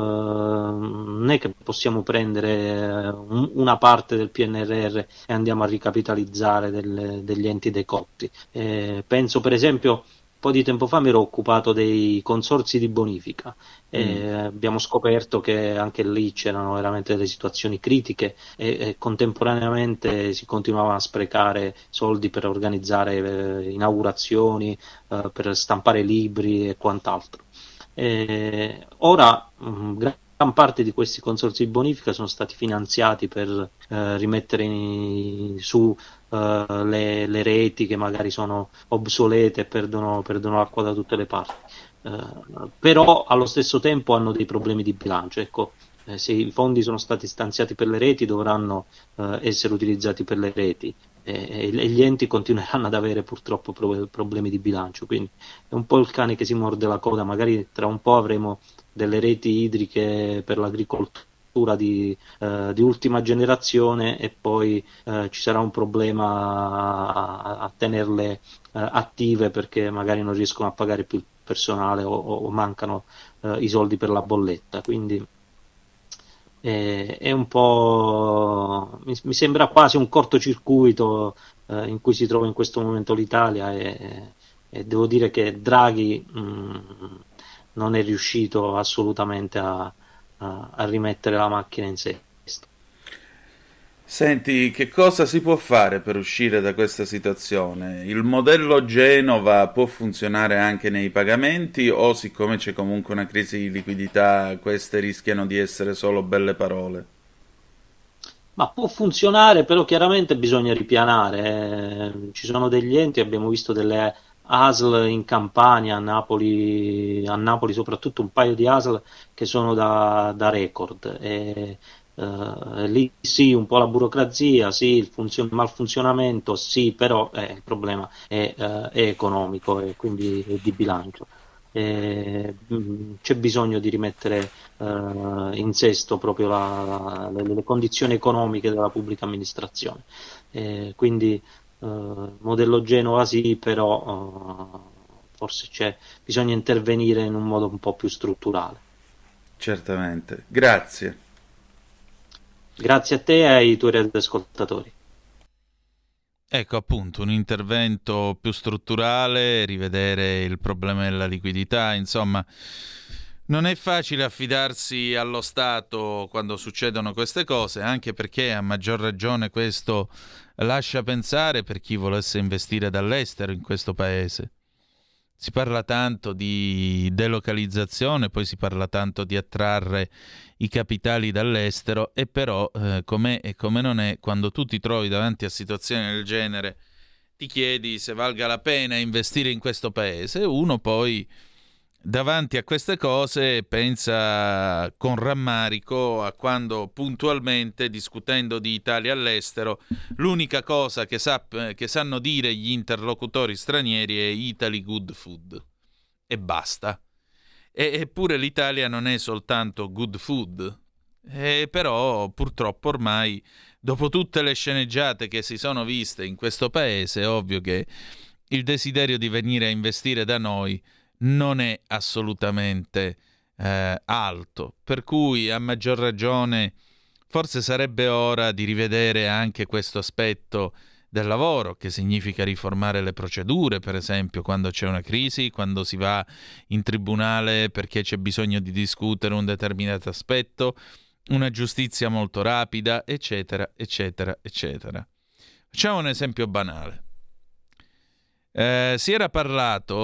non è che possiamo prendere un, una parte del P N R R e andiamo a ricapitalizzare del, degli enti decotti. Eh, penso per esempio, un po' di tempo fa mi ero occupato dei consorzi di bonifica e mm. abbiamo scoperto che anche lì c'erano veramente delle situazioni critiche e, e contemporaneamente si continuavano a sprecare soldi per organizzare eh, inaugurazioni, eh, per stampare libri e quant'altro. E ora mh, gran parte di questi consorzi di bonifica sono stati finanziati per eh, rimettere in, su Uh, le, le reti che magari sono obsolete e perdono, perdono l'acqua da tutte le parti, uh, però allo stesso tempo hanno dei problemi di bilancio. Ecco, eh, se i fondi sono stati stanziati per le reti, dovranno uh, essere utilizzati per le reti e, e gli enti continueranno ad avere purtroppo pro- problemi di bilancio, quindi è un po' il cane che si morde la coda. Magari tra un po' avremo delle reti idriche per l'agricoltura Di, eh, di ultima generazione e poi eh, ci sarà un problema a, a tenerle eh, attive, perché magari non riescono a pagare più il personale o, o mancano eh, i soldi per la bolletta. Quindi è, è un po' mi, mi sembra quasi un cortocircuito eh, in cui si trova in questo momento l'Italia, e, e devo dire che Draghi mh, non è riuscito assolutamente a a rimettere la macchina in sesto. Senti, che cosa si può fare per uscire da questa situazione? Il modello Genova può funzionare anche nei pagamenti, o siccome c'è comunque una crisi di liquidità queste rischiano di essere solo belle parole? Ma può funzionare, però chiaramente bisogna ripianare. Eh, ci sono degli enti, abbiamo visto delle A S L in Campania, a Napoli, a Napoli soprattutto un paio di A S L che sono da, da record. E, uh, lì sì, un po' la burocrazia, sì, il funzion- malfunzionamento, sì, però eh, il problema è, uh, è economico e quindi è di bilancio. E, mh, c'è bisogno di rimettere uh, in sesto proprio la, la, le, le condizioni economiche della pubblica amministrazione. E, quindi Uh, modello Genova sì, però uh, forse c'è bisogna intervenire in un modo un po' più strutturale. Certamente, grazie. Grazie a te e ai tuoi radioascoltatori. Ecco, appunto, un intervento più strutturale, rivedere il problema della liquidità, insomma. Non è facile affidarsi allo Stato quando succedono queste cose, anche perché a maggior ragione questo lascia pensare per chi volesse investire dall'estero in questo paese. Si parla tanto di delocalizzazione, poi si parla tanto di attrarre i capitali dall'estero, e però eh, com'è e come non è, quando tu ti trovi davanti a situazioni del genere, ti chiedi se valga la pena investire in questo paese. Uno poi davanti a queste cose pensa con rammarico a quando puntualmente, discutendo di Italia all'estero, l'unica cosa che, sap- che sanno dire gli interlocutori stranieri è Italy good food e basta. E- eppure l'Italia non è soltanto good food, e però purtroppo ormai, dopo tutte le sceneggiate che si sono viste in questo paese, è ovvio che il desiderio di venire a investire da noi non è assolutamente eh, alto, per cui a maggior ragione forse sarebbe ora di rivedere anche questo aspetto del lavoro, che significa riformare le procedure, per esempio quando c'è una crisi, quando si va in tribunale perché c'è bisogno di discutere un determinato aspetto, una giustizia molto rapida, eccetera, eccetera, eccetera. Facciamo un esempio banale. Eh, si era parlato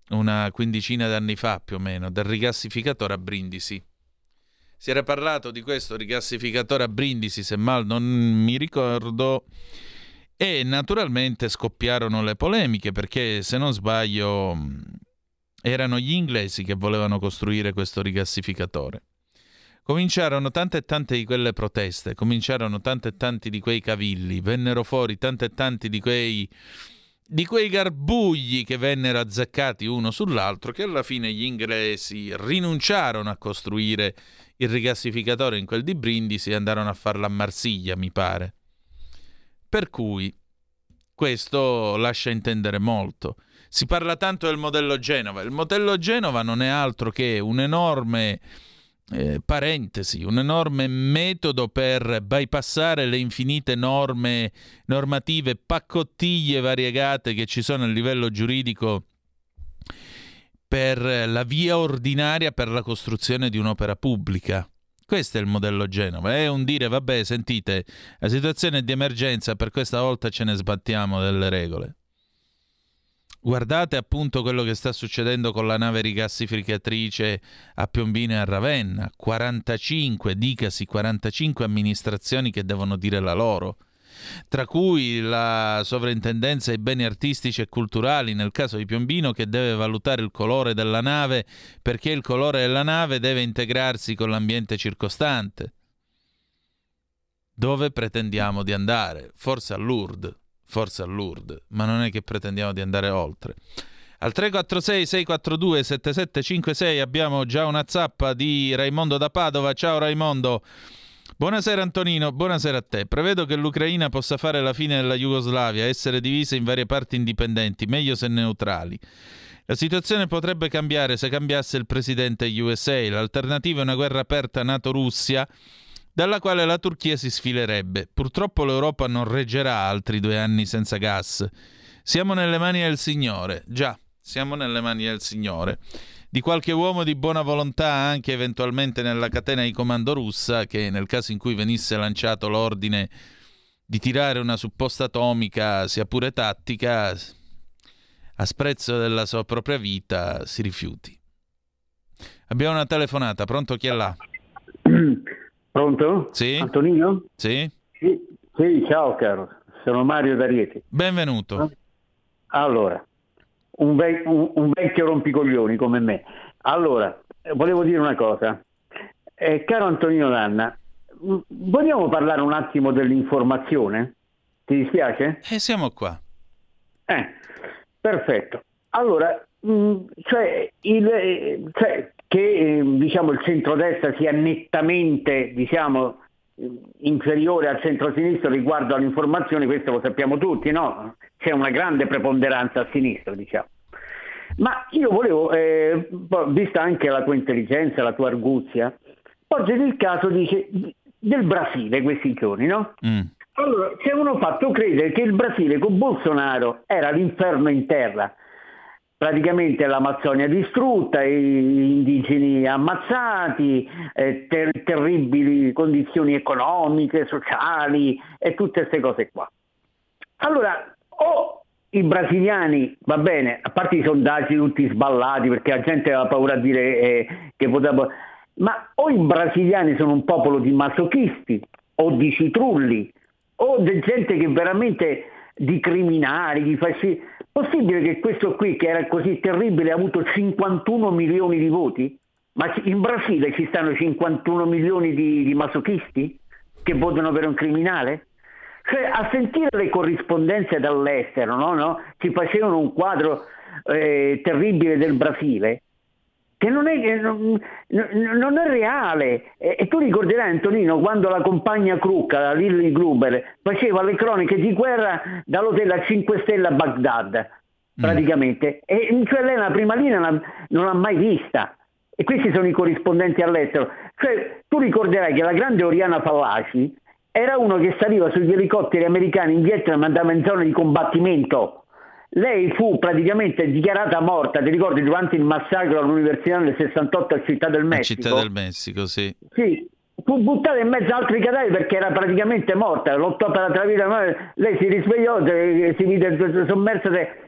una quindicina d'anni fa più o meno, del rigassificatore a Brindisi. Si era parlato di questo rigassificatore a Brindisi, se mal non mi ricordo, e naturalmente scoppiarono le polemiche perché, se non sbaglio, erano gli inglesi che volevano costruire questo rigassificatore. Cominciarono tante e tante di quelle proteste, cominciarono tante e tanti di quei cavilli, vennero fuori tante e tanti di quei, di quei garbugli che vennero azzeccati uno sull'altro, che alla fine gli inglesi rinunciarono a costruire il rigassificatore in quel di Brindisi e andarono a farlo a Marsiglia, mi pare. Per cui questo lascia intendere molto. Si parla tanto del modello Genova. Il modello Genova non è altro che un enorme eh, parentesi, un enorme metodo per bypassare le infinite norme normative, paccottiglie variegate che ci sono a livello giuridico per la via ordinaria per la costruzione di un'opera pubblica. Questo è il modello Genova, è un dire, vabbè, sentite, la situazione è di emergenza, per questa volta ce ne sbattiamo delle regole. Guardate appunto quello che sta succedendo con la nave rigassificatrice a Piombino e a Ravenna, quarantacinque, dicasi quarantacinque amministrazioni che devono dire la loro, tra cui la sovrintendenza ai beni artistici e culturali, nel caso di Piombino, che deve valutare il colore della nave perché il colore della nave deve integrarsi con l'ambiente circostante. Dove pretendiamo di andare? Forse a Lourdes, forse a Lourdes, ma non è che pretendiamo di andare oltre. Al tre quattro sei sei quattro due sette sette cinque sei abbiamo già una zappa di Raimondo da Padova. Ciao Raimondo. Buonasera Antonino, buonasera a te. Prevedo che l'Ucraina possa fare la fine della Jugoslavia, essere divisa in varie parti indipendenti, meglio se neutrali. La situazione potrebbe cambiare se cambiasse il presidente U S A. L'alternativa è una guerra aperta NATO-Russia, dalla quale la Turchia si sfilerebbe. Purtroppo l'Europa non reggerà altri due anni senza gas. Siamo nelle mani del Signore. Già, siamo nelle mani del Signore. Di qualche uomo di buona volontà anche eventualmente nella catena di comando russa, che nel caso in cui venisse lanciato l'ordine di tirare una supposta atomica, sia pure tattica, a sprezzo della sua propria vita, si rifiuti. Abbiamo una telefonata, pronto, chi è là? Pronto? Sì? Antonino? Sì? Sì, sì, ciao caro, sono Mario da Rieti. Benvenuto. Allora, un, vec- un, un vecchio rompicoglioni come me. Allora, volevo dire una cosa. Eh, caro Antonino Danna, vogliamo parlare un attimo dell'informazione? Ti dispiace? Eh, siamo qua. Eh, perfetto. Allora, mh, cioè, il, eh, cioè che eh, diciamo il centrodestra sia nettamente, diciamo, inferiore al centro-sinistra riguardo all'informazione, questo lo sappiamo tutti, no? C'è una grande preponderanza a sinistra, diciamo. Ma io volevo, eh, vista anche la tua intelligenza, la tua arguzia, oggi il caso dice del Brasile questi giorni, no? Mm. Allora, ci avevano fatto credere che il Brasile con Bolsonaro era l'inferno in terra, praticamente l'Amazzonia distrutta, gli indigeni ammazzati, eh, ter- terribili condizioni economiche, sociali e tutte queste cose qua. Allora, o i brasiliani, va bene, a parte i sondaggi tutti sballati perché la gente aveva paura a dire eh, che votava, ma o i brasiliani sono un popolo di masochisti o di citrulli o di gente che veramente di criminali, di fascisti. Possibile che questo qui, che era così terribile, ha avuto cinquantuno milioni di voti? Ma in Brasile ci stanno cinquantuno milioni di, di masochisti che votano per un criminale? Cioè, a sentire le corrispondenze dall'estero, no? No? Ci facevano un quadro eh, terribile del Brasile, che non è, non, non è reale. E, e tu ricorderai, Antonino, quando la compagna Crucca, la Lilly Gruber, faceva le croniche di guerra dall'hotel a cinque stelle a Baghdad, praticamente. Mm. E cioè lei la prima linea non, non l'ha mai vista. E questi sono i corrispondenti all'estero. Cioè, tu ricorderai che la grande Oriana Fallaci era uno che saliva sugli elicotteri americani in Vietnam e andava in zona di combattimento. Lei fu praticamente dichiarata morta, ti ricordi, durante il massacro all'Università del sessantotto a Città del Messico? Città del Messico, sì. Sì, fu buttata in mezzo a altri cadaveri perché era praticamente morta, lottò per la vita, lei si risvegliò, si vide sommersa.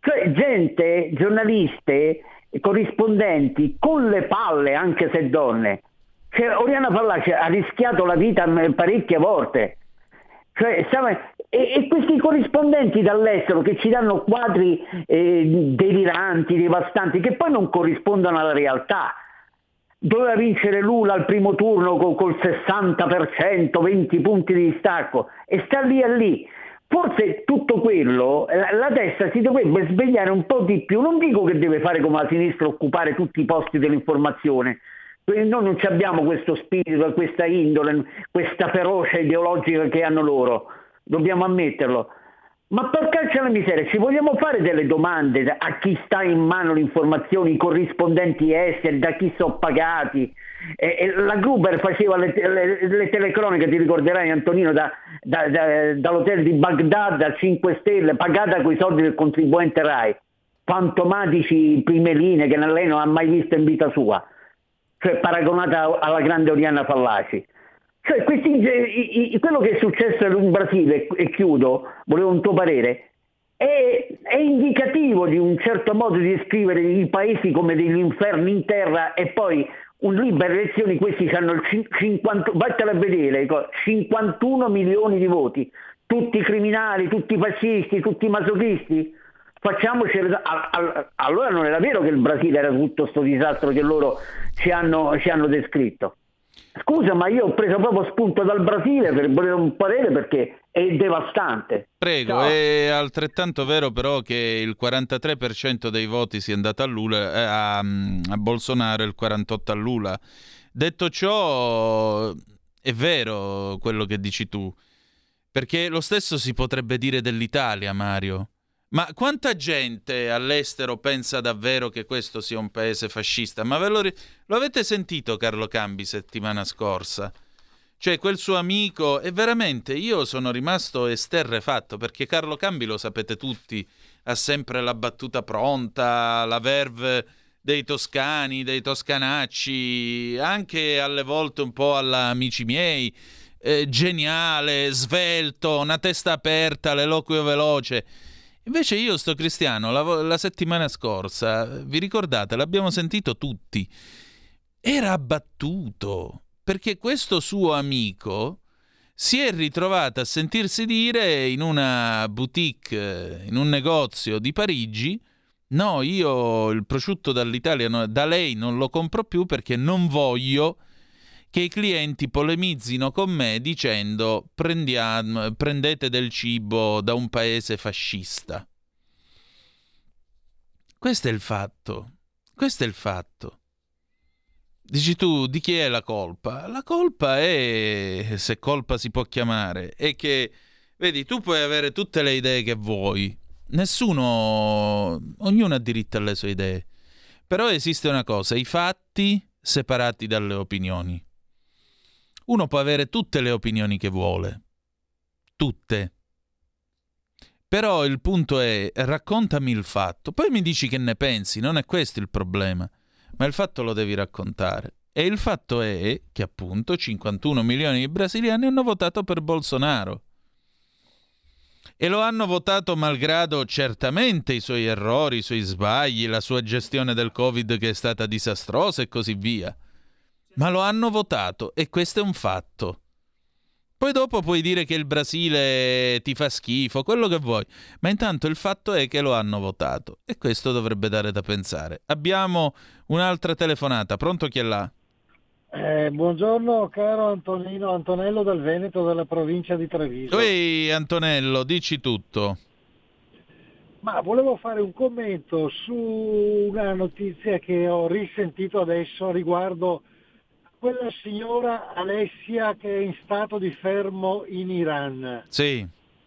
cioè gente, giornaliste, corrispondenti con le palle, anche se donne. Cioè, Oriana Fallaci ha rischiato la vita parecchie volte. Cioè, stava... e, e questi corrispondenti dall'estero che ci danno quadri eh, deliranti, devastanti, che poi non corrispondono alla realtà. Doveva vincere Lula al primo turno col, col sessanta per cento, venti punti di distacco, e sta lì e lì. Forse tutto quello, la, la destra si dovrebbe svegliare un po' di più. Non dico che deve fare come la sinistra, occupare tutti i posti dell'informazione. Noi non abbiamo questo spirito, questa indole, questa ferocia ideologica che hanno loro, dobbiamo ammetterlo. Ma per calcio alla miseria, ci vogliamo fare delle domande a chi sta in mano le informazioni, i corrispondenti esteri, da chi sono pagati? E, e la Gruber faceva le, le, le telecroniche, ti ricorderai Antonino, da, da, da, dall'hotel di Baghdad a cinque stelle, pagata con i soldi del contribuente Rai. Fantomatici prime linee che lei non ha mai visto in vita sua, cioè paragonata alla grande Oriana Fallaci. Cioè, questi, i, i, quello che è successo in Brasile, e chiudo, volevo un tuo parere, è, è indicativo di un certo modo di descrivere i paesi come degli inferni in terra, e poi un libere elezioni, questi hanno il cinquanta, vattene a vedere, cinquantuno milioni di voti, tutti criminali, tutti fascisti, tutti masochisti. Facciamoci, allora non era vero che il Brasile era tutto sto disastro che loro ci hanno, ci hanno descritto. Scusa, ma io ho preso proprio spunto dal Brasile per volere un parere, perché è devastante. Prego, Ciao. È altrettanto vero però che il quarantatré per cento dei voti sia andato a, Lula, eh, a, a Bolsonaro e il quarantotto per cento a Lula. Detto ciò, è vero quello che dici tu, perché lo stesso si potrebbe dire dell'Italia, Mario. Ma quanta gente all'estero pensa davvero che questo sia un paese fascista? Ma ve lo, ri- lo avete sentito Carlo Cambi settimana scorsa? Cioè, quel suo amico, e veramente io sono rimasto esterrefatto, perché Carlo Cambi, lo sapete tutti, ha sempre la battuta pronta, la verve dei toscani, dei toscanacci, anche alle volte un po' alla amici miei, eh, geniale, svelto, una testa aperta, l'eloquio veloce. Invece io, sto Cristiano, la, la settimana scorsa, vi ricordate, l'abbiamo sentito tutti, era abbattuto, perché questo suo amico si è ritrovato a sentirsi dire in una boutique, in un negozio di Parigi: no, io il prosciutto dall'Italia, no, da lei non lo compro più, perché non voglio che i clienti polemizzino con me dicendo prendiamo, prendete del cibo da un paese fascista. Questo è il fatto. Questo è il fatto. Dici tu, di chi è la colpa? La colpa è, se colpa si può chiamare, è che, vedi, tu puoi avere tutte le idee che vuoi. Nessuno, ognuno ha diritto alle sue idee. Però esiste una cosa, i fatti separati dalle opinioni. Uno può avere tutte le opinioni che vuole, tutte. Però il punto è, raccontami il fatto, poi mi dici che ne pensi, non è questo il problema, ma il fatto lo devi raccontare. E il fatto è che appunto cinquantuno milioni di brasiliani hanno votato per Bolsonaro. E lo hanno votato malgrado certamente i suoi errori, i suoi sbagli, la sua gestione del Covid che è stata disastrosa e così via. Ma lo hanno votato, e questo è un fatto. Poi dopo puoi dire che il Brasile ti fa schifo, quello che vuoi, ma intanto il fatto è che lo hanno votato, e questo dovrebbe dare da pensare. Abbiamo un'altra telefonata, pronto, chi è là? Eh, buongiorno caro Antonino, Antonello dal Veneto, della provincia di Treviso. Ehi Antonello, dici tutto. Ma volevo fare un commento su una notizia che ho risentito adesso riguardo quella signora Alessia che è in stato di fermo in Iran. Sì.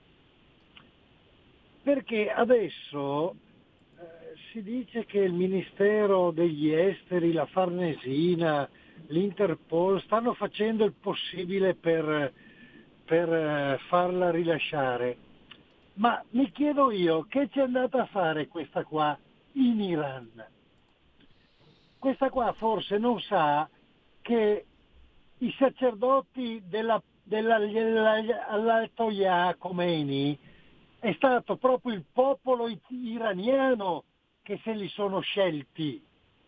Perché adesso eh, si dice che il Ministero degli Esteri, la Farnesina, l'Interpol stanno facendo il possibile per, per eh, farla rilasciare. Ma mi chiedo io, che c'è andata a fare questa qua in Iran? Questa qua forse non sa che i sacerdoti della, della, dell'Ayatollah Khomeini è stato proprio il popolo iraniano che se li sono scelti.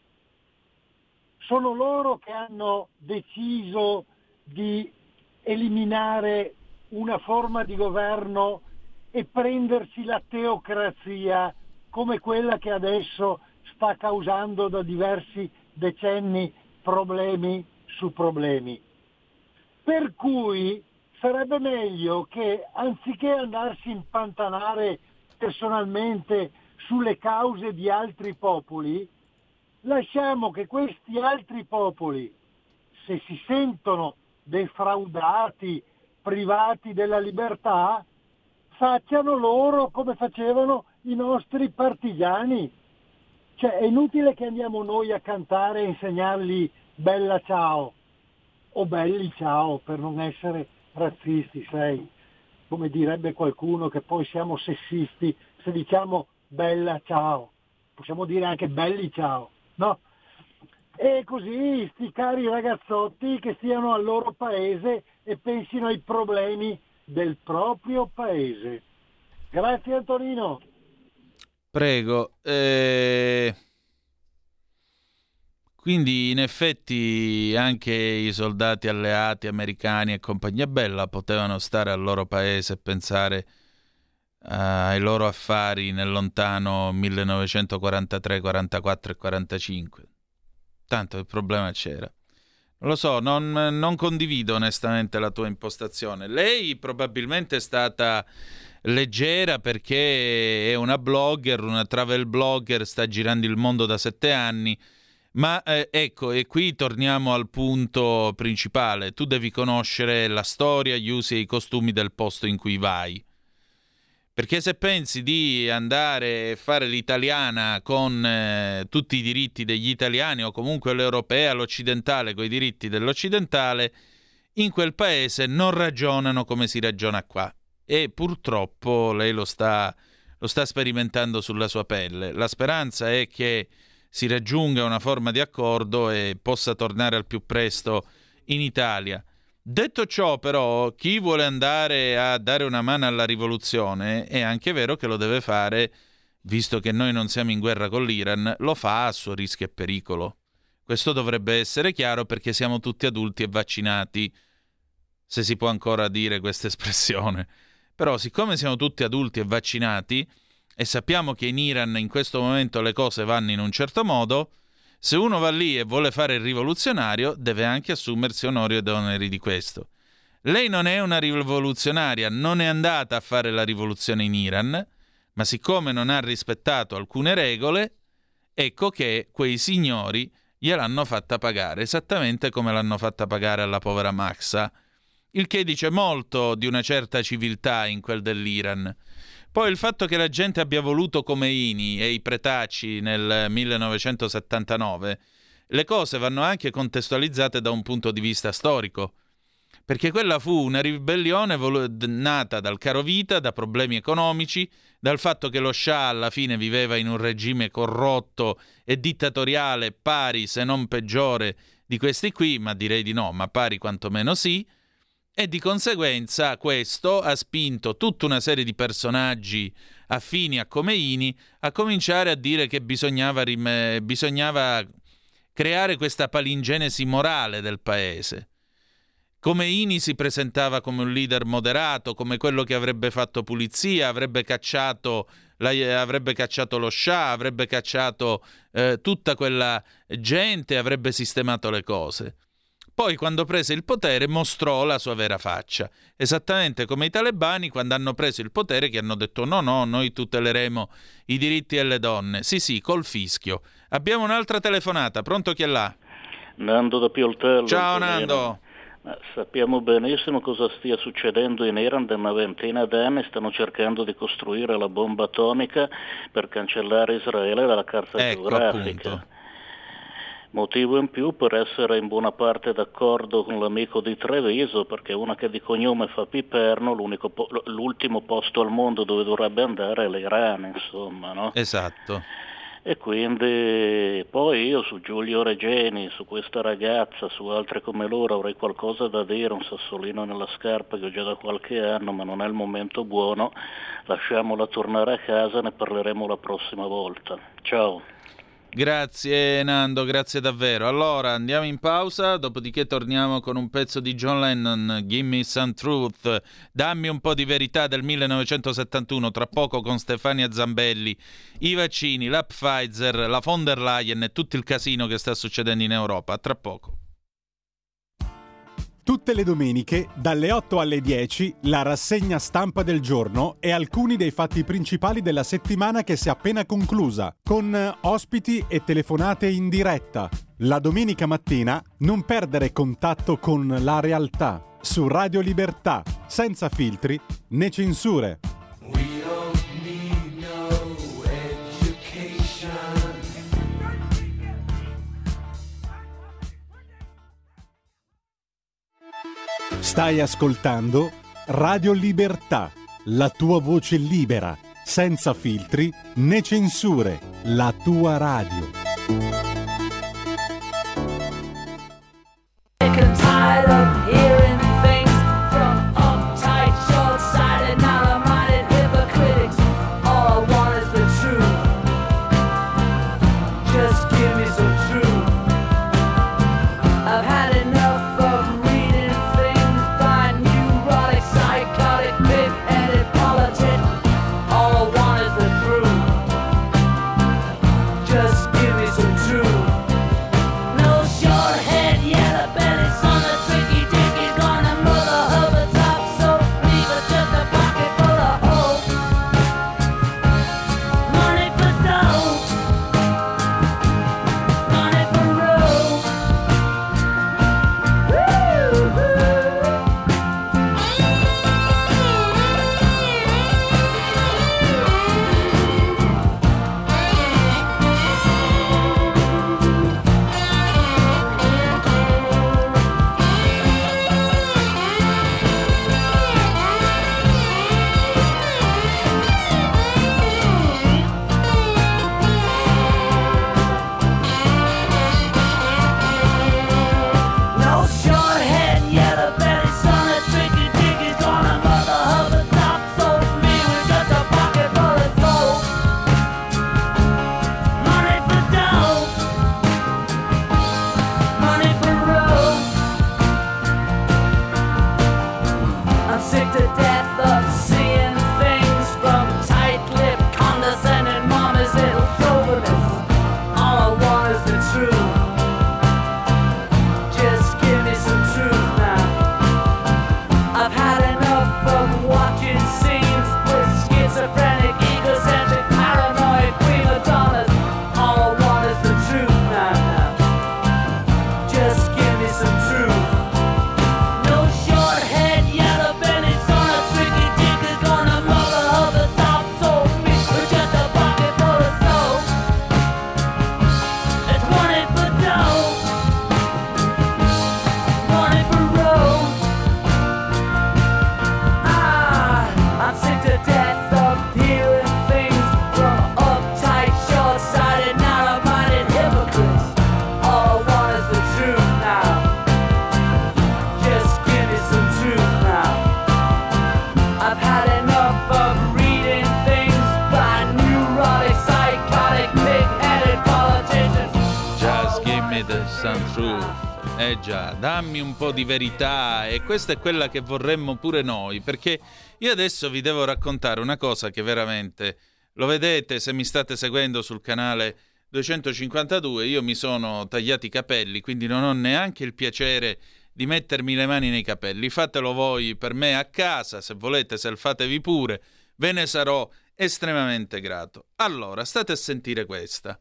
Sono loro che hanno deciso di eliminare una forma di governo e prendersi la teocrazia come quella che adesso sta causando da diversi decenni problemi su problemi. Per cui sarebbe meglio che, anziché andarsi a impantanare personalmente sulle cause di altri popoli, lasciamo che questi altri popoli, se si sentono defraudati, privati della libertà, facciano loro come facevano i nostri partigiani. Cioè è inutile che andiamo noi a cantare e insegnargli bella ciao o belli ciao, per non essere razzisti, sai, come direbbe qualcuno che poi siamo sessisti se diciamo bella ciao, possiamo dire anche belli ciao, no? E così sti cari ragazzotti che stiano al loro paese e pensino ai problemi del proprio paese. Grazie Antonino. Prego. Eh... Quindi in effetti anche i soldati alleati americani e compagnia bella potevano stare al loro paese e pensare uh, ai loro affari nel lontano millenovecentoquarantatré, quarantaquattro e quarantacinque. Tanto il problema c'era. Non lo so, non, non condivido onestamente la tua impostazione. Lei probabilmente è stata leggera perché è una blogger, una travel blogger, sta girando il mondo da sette anni. Ma eh, ecco, e qui torniamo al punto principale. Tu devi conoscere la storia, gli usi e i costumi del posto in cui vai. Perché se pensi di andare a fare l'italiana con eh, tutti i diritti degli italiani, o comunque l'europea, l'occidentale con i diritti dell'occidentale, in quel paese non ragionano come si ragiona qua. E purtroppo lei lo sta, lo sta sperimentando sulla sua pelle. La speranza è che si raggiunga una forma di accordo e possa tornare al più presto in Italia. Detto ciò, però, chi vuole andare a dare una mano alla rivoluzione è anche vero che lo deve fare, visto che noi non siamo in guerra con l'Iran, lo fa a suo rischio e pericolo. Questo dovrebbe essere chiaro perché siamo tutti adulti e vaccinati, se si può ancora dire questa espressione. Però, siccome siamo tutti adulti e vaccinati, e sappiamo che in Iran in questo momento le cose vanno in un certo modo, se uno va lì e vuole fare il rivoluzionario deve anche assumersi onori ed oneri di questo. Lei non è una rivoluzionaria, non è andata a fare la rivoluzione in Iran, ma siccome non ha rispettato alcune regole, ecco che quei signori gliel'hanno fatta pagare, esattamente come l'hanno fatta pagare alla povera Mahsa, il che dice molto di una certa civiltà in quel dell'Iran. Poi il fatto che la gente abbia voluto Khomeini e i pretacci nel millenovecentosettantanove, le cose vanno anche contestualizzate da un punto di vista storico, perché quella fu una ribellione vol- nata dal carovita, da problemi economici, dal fatto che lo Shah alla fine viveva in un regime corrotto e dittatoriale pari se non peggiore di questi qui, ma direi di no, ma pari quantomeno sì. E di conseguenza questo ha spinto tutta una serie di personaggi affini a Khomeini a cominciare a dire che bisognava, rim- bisognava creare questa palingenesi morale del paese. Khomeini si presentava come un leader moderato, come quello che avrebbe fatto pulizia, avrebbe cacciato, la, avrebbe cacciato lo Shah, avrebbe cacciato eh, tutta quella gente, avrebbe sistemato le cose. Poi, quando prese il potere, mostrò la sua vera faccia, esattamente come i talebani quando hanno preso il potere, che hanno detto no, no, noi tuteleremo i diritti delle donne. Sì, sì, col fischio. Abbiamo un'altra telefonata, pronto chi è là? Nando da Pioltello. Ciao Nando. Ma sappiamo benissimo cosa stia succedendo in Iran. Da una ventina d'anni stanno cercando di costruire la bomba atomica per cancellare Israele dalla carta ecco, geografica. Appunto. Motivo in più per essere in buona parte d'accordo con l'amico di Treviso, perché una che di cognome fa Piperno, l'unico po- l'ultimo posto al mondo dove dovrebbe andare è l'Iran, insomma, no? Esatto. E quindi poi io su Giulio Regeni, su questa ragazza, su altre come loro avrei qualcosa da dire, un sassolino nella scarpa che ho già da qualche anno, ma non è il momento buono, lasciamola tornare a casa, ne parleremo la prossima volta. Ciao. Grazie Nando, grazie davvero. Allora andiamo in pausa, dopodiché torniamo con un pezzo di John Lennon, Give Me Some Truth, dammi un po' di verità del millenovecentosettantuno, tra poco con Stefania Zambelli, i vaccini, la Pfizer, la von der Leyen e tutto il casino che sta succedendo in Europa. Tra poco. Tutte le domeniche, dalle otto alle dieci, la rassegna stampa del giorno e alcuni dei fatti principali della settimana che si è appena conclusa, con ospiti e telefonate in diretta. La domenica mattina non perdere contatto con la realtà, su Radio Libertà, senza filtri né censure. Stai ascoltando Radio Libertà, la tua voce libera, senza filtri né censure, la tua radio. Eh già, dammi un po' di verità, e questa è quella che vorremmo pure noi, perché io adesso vi devo raccontare una cosa che veramente, lo vedete se mi state seguendo sul canale duecentocinquantadue, io mi sono tagliati i capelli, quindi non ho neanche il piacere di mettermi le mani nei capelli. Fatelo voi per me a casa, se volete selfatevi pure, ve ne sarò estremamente grato. Allora, state a sentire questa.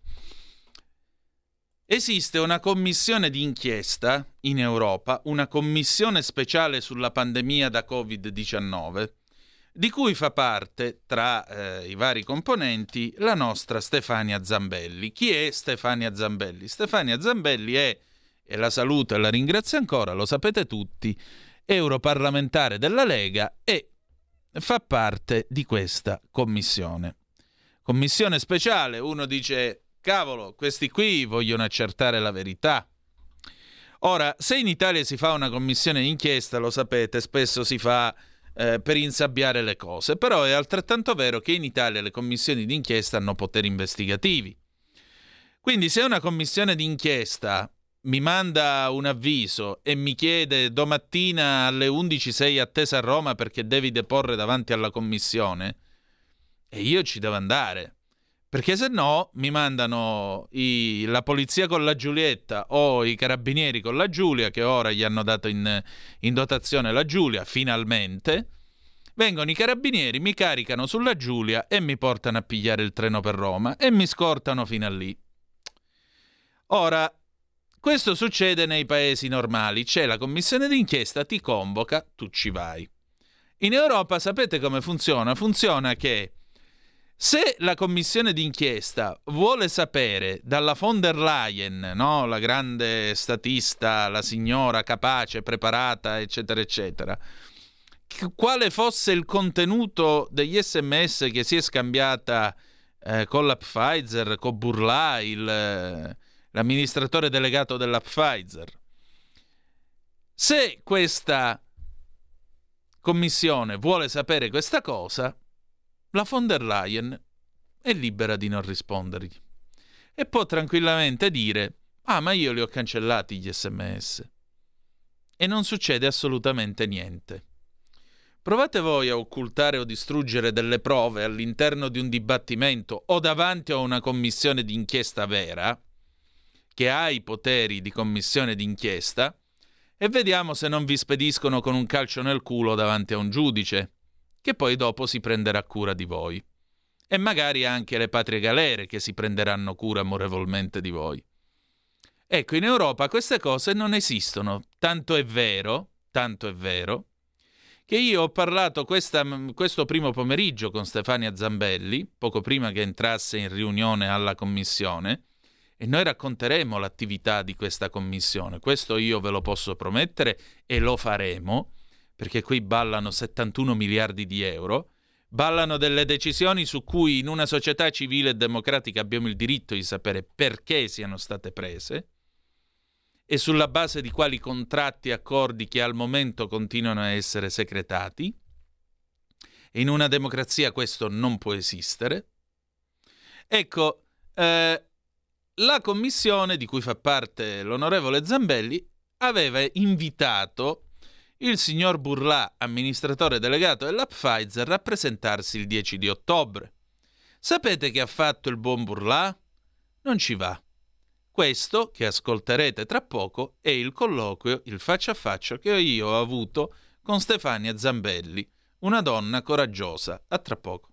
Esiste una commissione di inchiesta in Europa, una commissione speciale sulla pandemia da covid diciannove, di cui fa parte, tra eh, i vari componenti, la nostra Stefania Zambelli. Chi è Stefania Zambelli? Stefania Zambelli è, e la saluto e la ringrazio ancora, lo sapete tutti, europarlamentare della Lega e fa parte di questa commissione. Commissione speciale, uno dice... cavolo, questi qui vogliono accertare la verità. Ora, se in Italia si fa una commissione d'inchiesta, lo sapete, spesso si fa eh, per insabbiare le cose, però è altrettanto vero che in Italia le commissioni d'inchiesta hanno poteri investigativi. Quindi se una commissione d'inchiesta mi manda un avviso e mi chiede domattina alle undici sei attesa a Roma perché devi deporre davanti alla commissione, e io ci devo andare. Perché se no mi mandano i, la polizia con la Giulietta o i carabinieri con la Giulia, che ora gli hanno dato in, in dotazione la Giulia, finalmente. Vengono i carabinieri, mi caricano sulla Giulia e mi portano a pigliare il treno per Roma e mi scortano fino a lì. Ora, questo succede nei paesi normali. C'è la commissione d'inchiesta, ti convoca, tu ci vai. In Europa sapete come funziona? Funziona che se la commissione d'inchiesta vuole sapere dalla von der Leyen, no, la grande statista, la signora capace, preparata, eccetera, eccetera, quale fosse il contenuto degli sms che si è scambiata eh, con la Pfizer, con Bourla, il, eh, l'amministratore delegato della Pfizer, se questa commissione vuole sapere questa cosa, la von der Leyen è libera di non rispondergli e può tranquillamente dire: ah, ma io li ho cancellati gli sms, e non succede assolutamente niente. Provate voi a occultare o distruggere delle prove all'interno di un dibattimento o davanti a una commissione d'inchiesta vera, che ha i poteri di commissione d'inchiesta, e vediamo se non vi spediscono con un calcio nel culo davanti a un giudice, che poi dopo si prenderà cura di voi. E magari anche le patrie galere che si prenderanno cura amorevolmente di voi. Ecco, in Europa queste cose non esistono. Tanto è vero, tanto è vero, che io ho parlato questa, questo primo pomeriggio con Stefania Zambelli, poco prima che entrasse in riunione alla commissione, e noi racconteremo l'attività di questa commissione. Questo io ve lo posso promettere e lo faremo, perché qui ballano settantuno miliardi di euro, ballano delle decisioni su cui in una società civile e democratica abbiamo il diritto di sapere perché siano state prese e sulla base di quali contratti e accordi che al momento continuano a essere segretati. E in una democrazia questo non può esistere. Ecco, eh, la commissione di cui fa parte l'onorevole Zambelli aveva invitato il signor Bourla, amministratore delegato della Pfizer, a presentarsi il dieci di ottobre. Sapete che ha fatto il buon Bourla? Non ci va. Questo, che ascolterete tra poco, è il colloquio, il faccia a faccia che io ho avuto con Stefania Zambelli, una donna coraggiosa. A tra poco.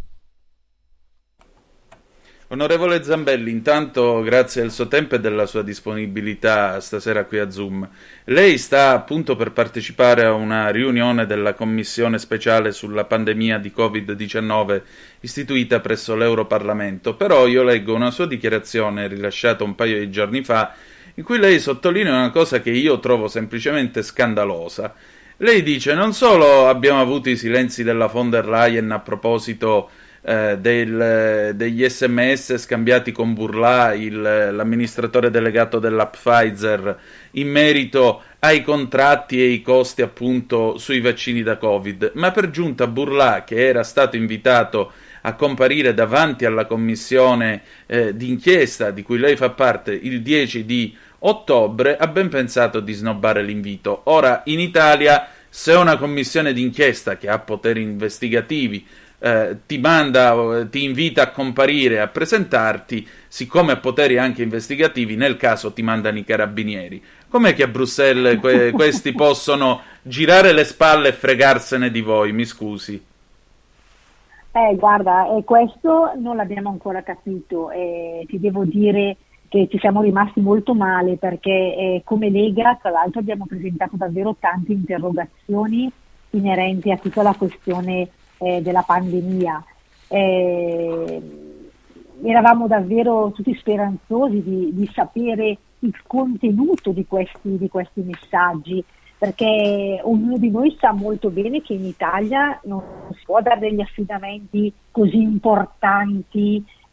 Onorevole Zambelli, intanto grazie del suo tempo e della sua disponibilità stasera qui a Zoom. Lei sta appunto per partecipare a una riunione della commissione speciale sulla pandemia di covid diciannove istituita presso l'Europarlamento, però io leggo una sua dichiarazione rilasciata un paio di giorni fa in cui lei sottolinea una cosa che io trovo semplicemente scandalosa. Lei dice: non solo abbiamo avuto i silenzi della von der Leyen a proposito Eh, del, degli sms scambiati con Bourla, il, l'amministratore delegato della Pfizer, in merito ai contratti e i costi appunto sui vaccini da Covid, ma per giunta Bourla, che era stato invitato a comparire davanti alla commissione eh, d'inchiesta di cui lei fa parte il dieci di ottobre, ha ben pensato di snobbare l'invito. Ora, in Italia, se una commissione d'inchiesta che ha poteri investigativi Eh, ti manda, ti invita a comparire, a presentarti, siccome ha poteri anche investigativi, nel caso ti mandano i carabinieri. Com'è che a Bruxelles que- questi possono girare le spalle e fregarsene di voi? Mi scusi. Eh, guarda, eh, questo non l'abbiamo ancora capito, e ti devo dire che ci siamo rimasti molto male perché eh, come Lega, tra l'altro, abbiamo presentato davvero tante interrogazioni inerenti a tutta la questione Eh, della pandemia. Eh, eravamo davvero tutti speranzosi di, di sapere il contenuto di questi, di questi messaggi, perché ognuno di noi sa molto bene che in Italia non si può dare degli affidamenti così importanti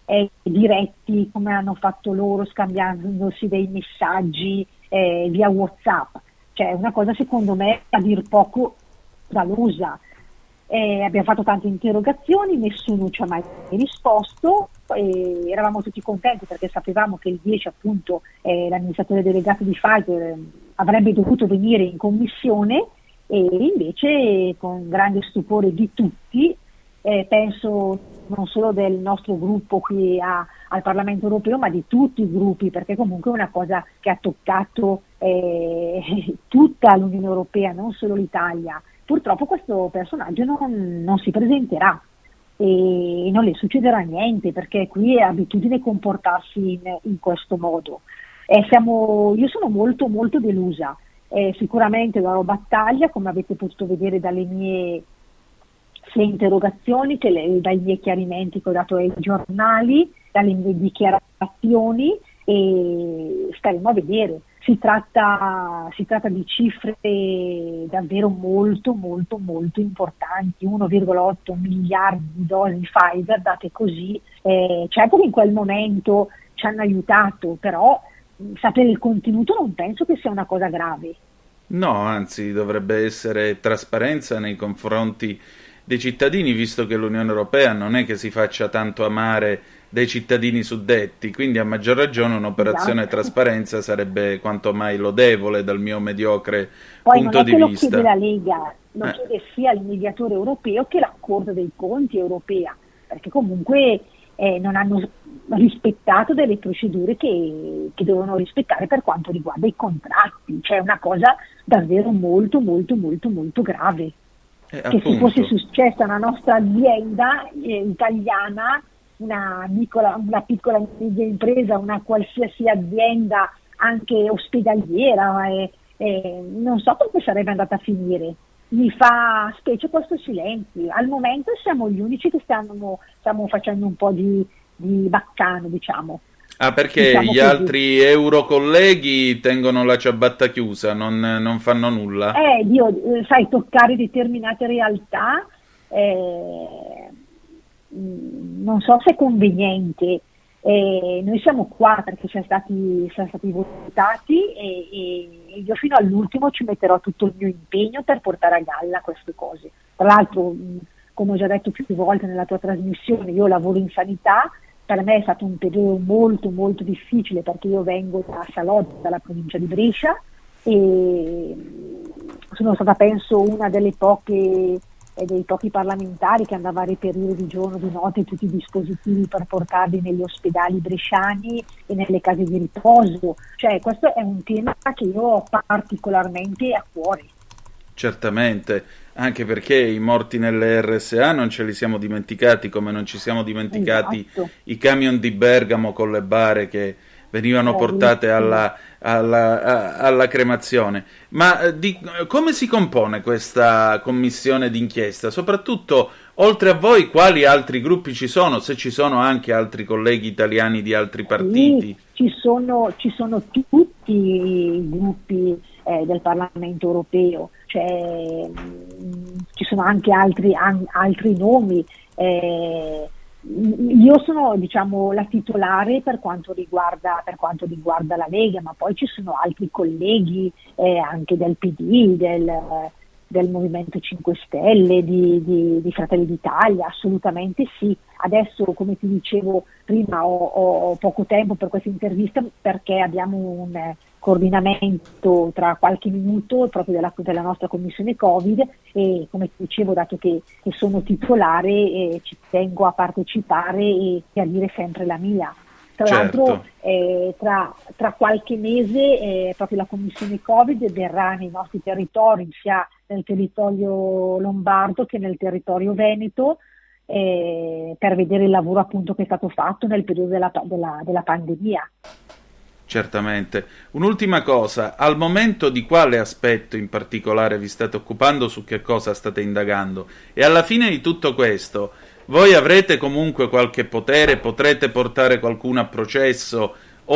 eh, diretti come hanno fatto loro, scambiandosi dei messaggi eh, via WhatsApp. Cioè, una cosa secondo me a dir poco scandalosa. Eh, abbiamo fatto tante interrogazioni, nessuno ci ha mai risposto, e eravamo tutti contenti perché sapevamo che il dieci appunto eh, l'amministratore delegato di Pfizer eh, avrebbe dovuto venire in commissione, e invece con grande stupore di tutti, eh, penso non solo del nostro gruppo qui a, al Parlamento europeo, ma di tutti i gruppi, perché comunque è una cosa che ha toccato eh, tutta l'Unione Europea, non solo l'Italia. Purtroppo questo personaggio non, non si presenterà e non le succederà niente, perché qui è abitudine comportarsi in, in questo modo. Eh, siamo, io sono molto molto delusa, eh, sicuramente darò battaglia, come avete potuto vedere dalle mie sia interrogazioni che le, dai miei chiarimenti che ho dato ai giornali, dalle mie dichiarazioni, e staremo a vedere. Si tratta, si tratta di cifre davvero molto molto molto importanti, uno virgola otto miliardi di dosi di Pfizer date così, eh, certo che in quel momento ci hanno aiutato, però mh, sapere il contenuto non penso che sia una cosa grave. No, anzi dovrebbe essere trasparenza nei confronti dei cittadini, visto che l'Unione Europea non è che si faccia tanto amare dei cittadini suddetti, quindi a maggior ragione un'operazione Esatto. trasparenza sarebbe quanto mai lodevole dal mio mediocre Poi punto non è di che vista. lo chiede la Lega, lo Eh. chiede sia il mediatore europeo che la Corte dei Conti europea, perché comunque eh, non hanno rispettato delle procedure che, che devono rispettare per quanto riguarda i contratti, cioè una cosa davvero molto molto molto molto grave. Eh, Che se appunto. fosse successa a una nostra azienda eh, italiana, una piccola, una piccola media impresa, una qualsiasi azienda anche ospedaliera, eh, eh, non so come sarebbe andata a finire. Mi fa specie questo silenzio. Al momento siamo gli unici che stanno, stiamo facendo un po' di, di baccano, diciamo. Ah, perché Diciamo gli così. altri eurocolleghi tengono la ciabatta chiusa, non, non fanno nulla? Eh, Dio, eh, sai, toccare determinate realtà eh, mh, non so se è conveniente. Eh, noi siamo qua perché siamo stati, siamo stati votati e, e io fino all'ultimo ci metterò tutto il mio impegno per portare a galla queste cose. Tra l'altro, mh, come ho già detto più volte nella tua trasmissione, io lavoro in sanità. Per me è stato un periodo molto molto difficile perché io vengo da Salò, dalla provincia di Brescia, e sono stata penso una delle poche eh, dei pochi parlamentari che andava a reperire di giorno di notte tutti i dispositivi per portarli negli ospedali bresciani e nelle case di riposo. Cioè questo è un tema che io ho particolarmente a cuore. Certamente, anche perché i morti nelle R S A non ce li siamo dimenticati, come non ci siamo dimenticati Esatto. i camion di Bergamo con le bare che venivano portate alla, alla, a- alla cremazione. Ma eh, di, come si compone questa commissione d'inchiesta? Soprattutto, oltre a voi, quali altri gruppi ci sono? Se ci sono anche altri colleghi italiani di altri partiti? Sì, ci sono, ci sono tutti i gruppi eh, del Parlamento europeo, cioè, mh, ci sono anche altri, an- altri nomi. Eh, io sono, diciamo, la titolare per quanto riguarda, per quanto riguarda la Lega, ma poi ci sono altri colleghi eh, anche del P D, del, del Movimento cinque Stelle, di, di, di Fratelli d'Italia, assolutamente sì. Adesso, come ti dicevo prima, ho, ho poco tempo per questa intervista perché abbiamo un eh, coordinamento tra qualche minuto proprio della, della nostra commissione Covid e, come ti dicevo, dato che, che sono titolare, eh, ci tengo a partecipare e a dire sempre la mia. Tra Certo. l'altro eh, tra, tra qualche mese eh, proprio la commissione Covid verrà nei nostri territori, sia nel territorio lombardo che nel territorio veneto, eh, per vedere il lavoro appunto che è stato fatto nel periodo della, della, della pandemia. Certamente. Un'ultima cosa, al momento di quale aspetto in particolare vi state occupando, su che cosa state indagando? E alla fine di tutto questo, voi avrete comunque qualche potere, potrete portare qualcuno a processo,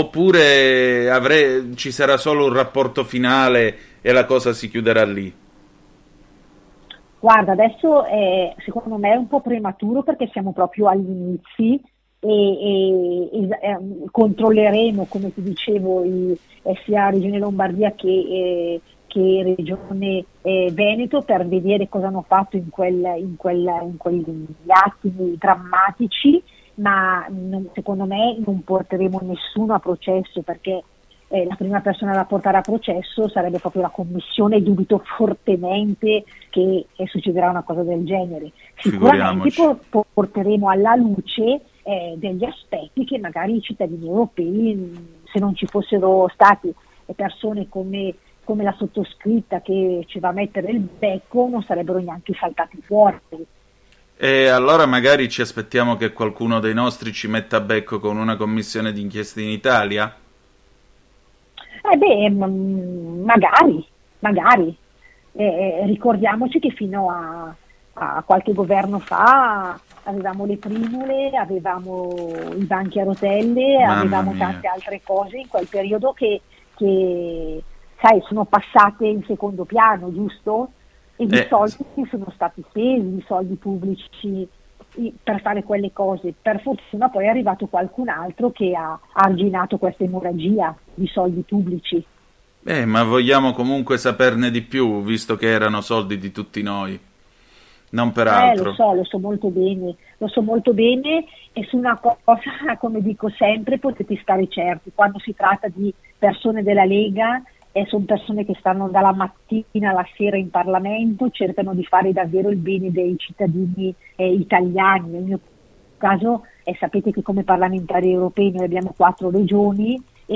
oppure avre- ci sarà solo un rapporto finale e la cosa si chiuderà lì? Guarda, adesso è, secondo me è un po' prematuro perché siamo proprio agli inizi e, e, e eh, controlleremo, come ti dicevo, i, eh, sia Regione Lombardia che, eh, che Regione eh, Veneto, per vedere cosa hanno fatto in, quel, in, quel, in quegli attimi drammatici, ma non, secondo me non porteremo nessuno a processo, perché eh, la prima persona da portare a processo sarebbe proprio la commissione, e dubito fortemente che eh, succederà una cosa del genere. Sicuramente por- porteremo alla luce eh, degli aspetti che magari i cittadini europei, se non ci fossero stati persone come, come la sottoscritta che ci va a mettere il becco, non sarebbero neanche saltati fuori. E allora magari ci aspettiamo che qualcuno dei nostri ci metta a becco con una commissione d'inchiesta in Italia? Eh beh, magari, magari. Eh, ricordiamoci che fino a, a qualche governo fa avevamo le primule, avevamo i banchi a rotelle, Mamma avevamo mia. tante altre cose in quel periodo che, che sai, sono passate in secondo piano, giusto? E i Eh, soldi sono stati spesi, i soldi pubblici i- per fare quelle cose. Per fortuna poi è arrivato qualcun altro che ha arginato questa emorragia di soldi pubblici. Eh, ma vogliamo comunque saperne di più, visto che erano soldi di tutti noi, non per Eh, altro. lo so, lo so molto bene, lo so molto bene, e su una cosa, come dico sempre, potete stare certi, quando si tratta di persone della Lega, eh, sono persone che stanno dalla mattina alla sera in Parlamento, cercano di fare davvero il bene dei cittadini eh, italiani. Nel mio caso, eh, sapete che come parlamentari europei noi abbiamo quattro regioni,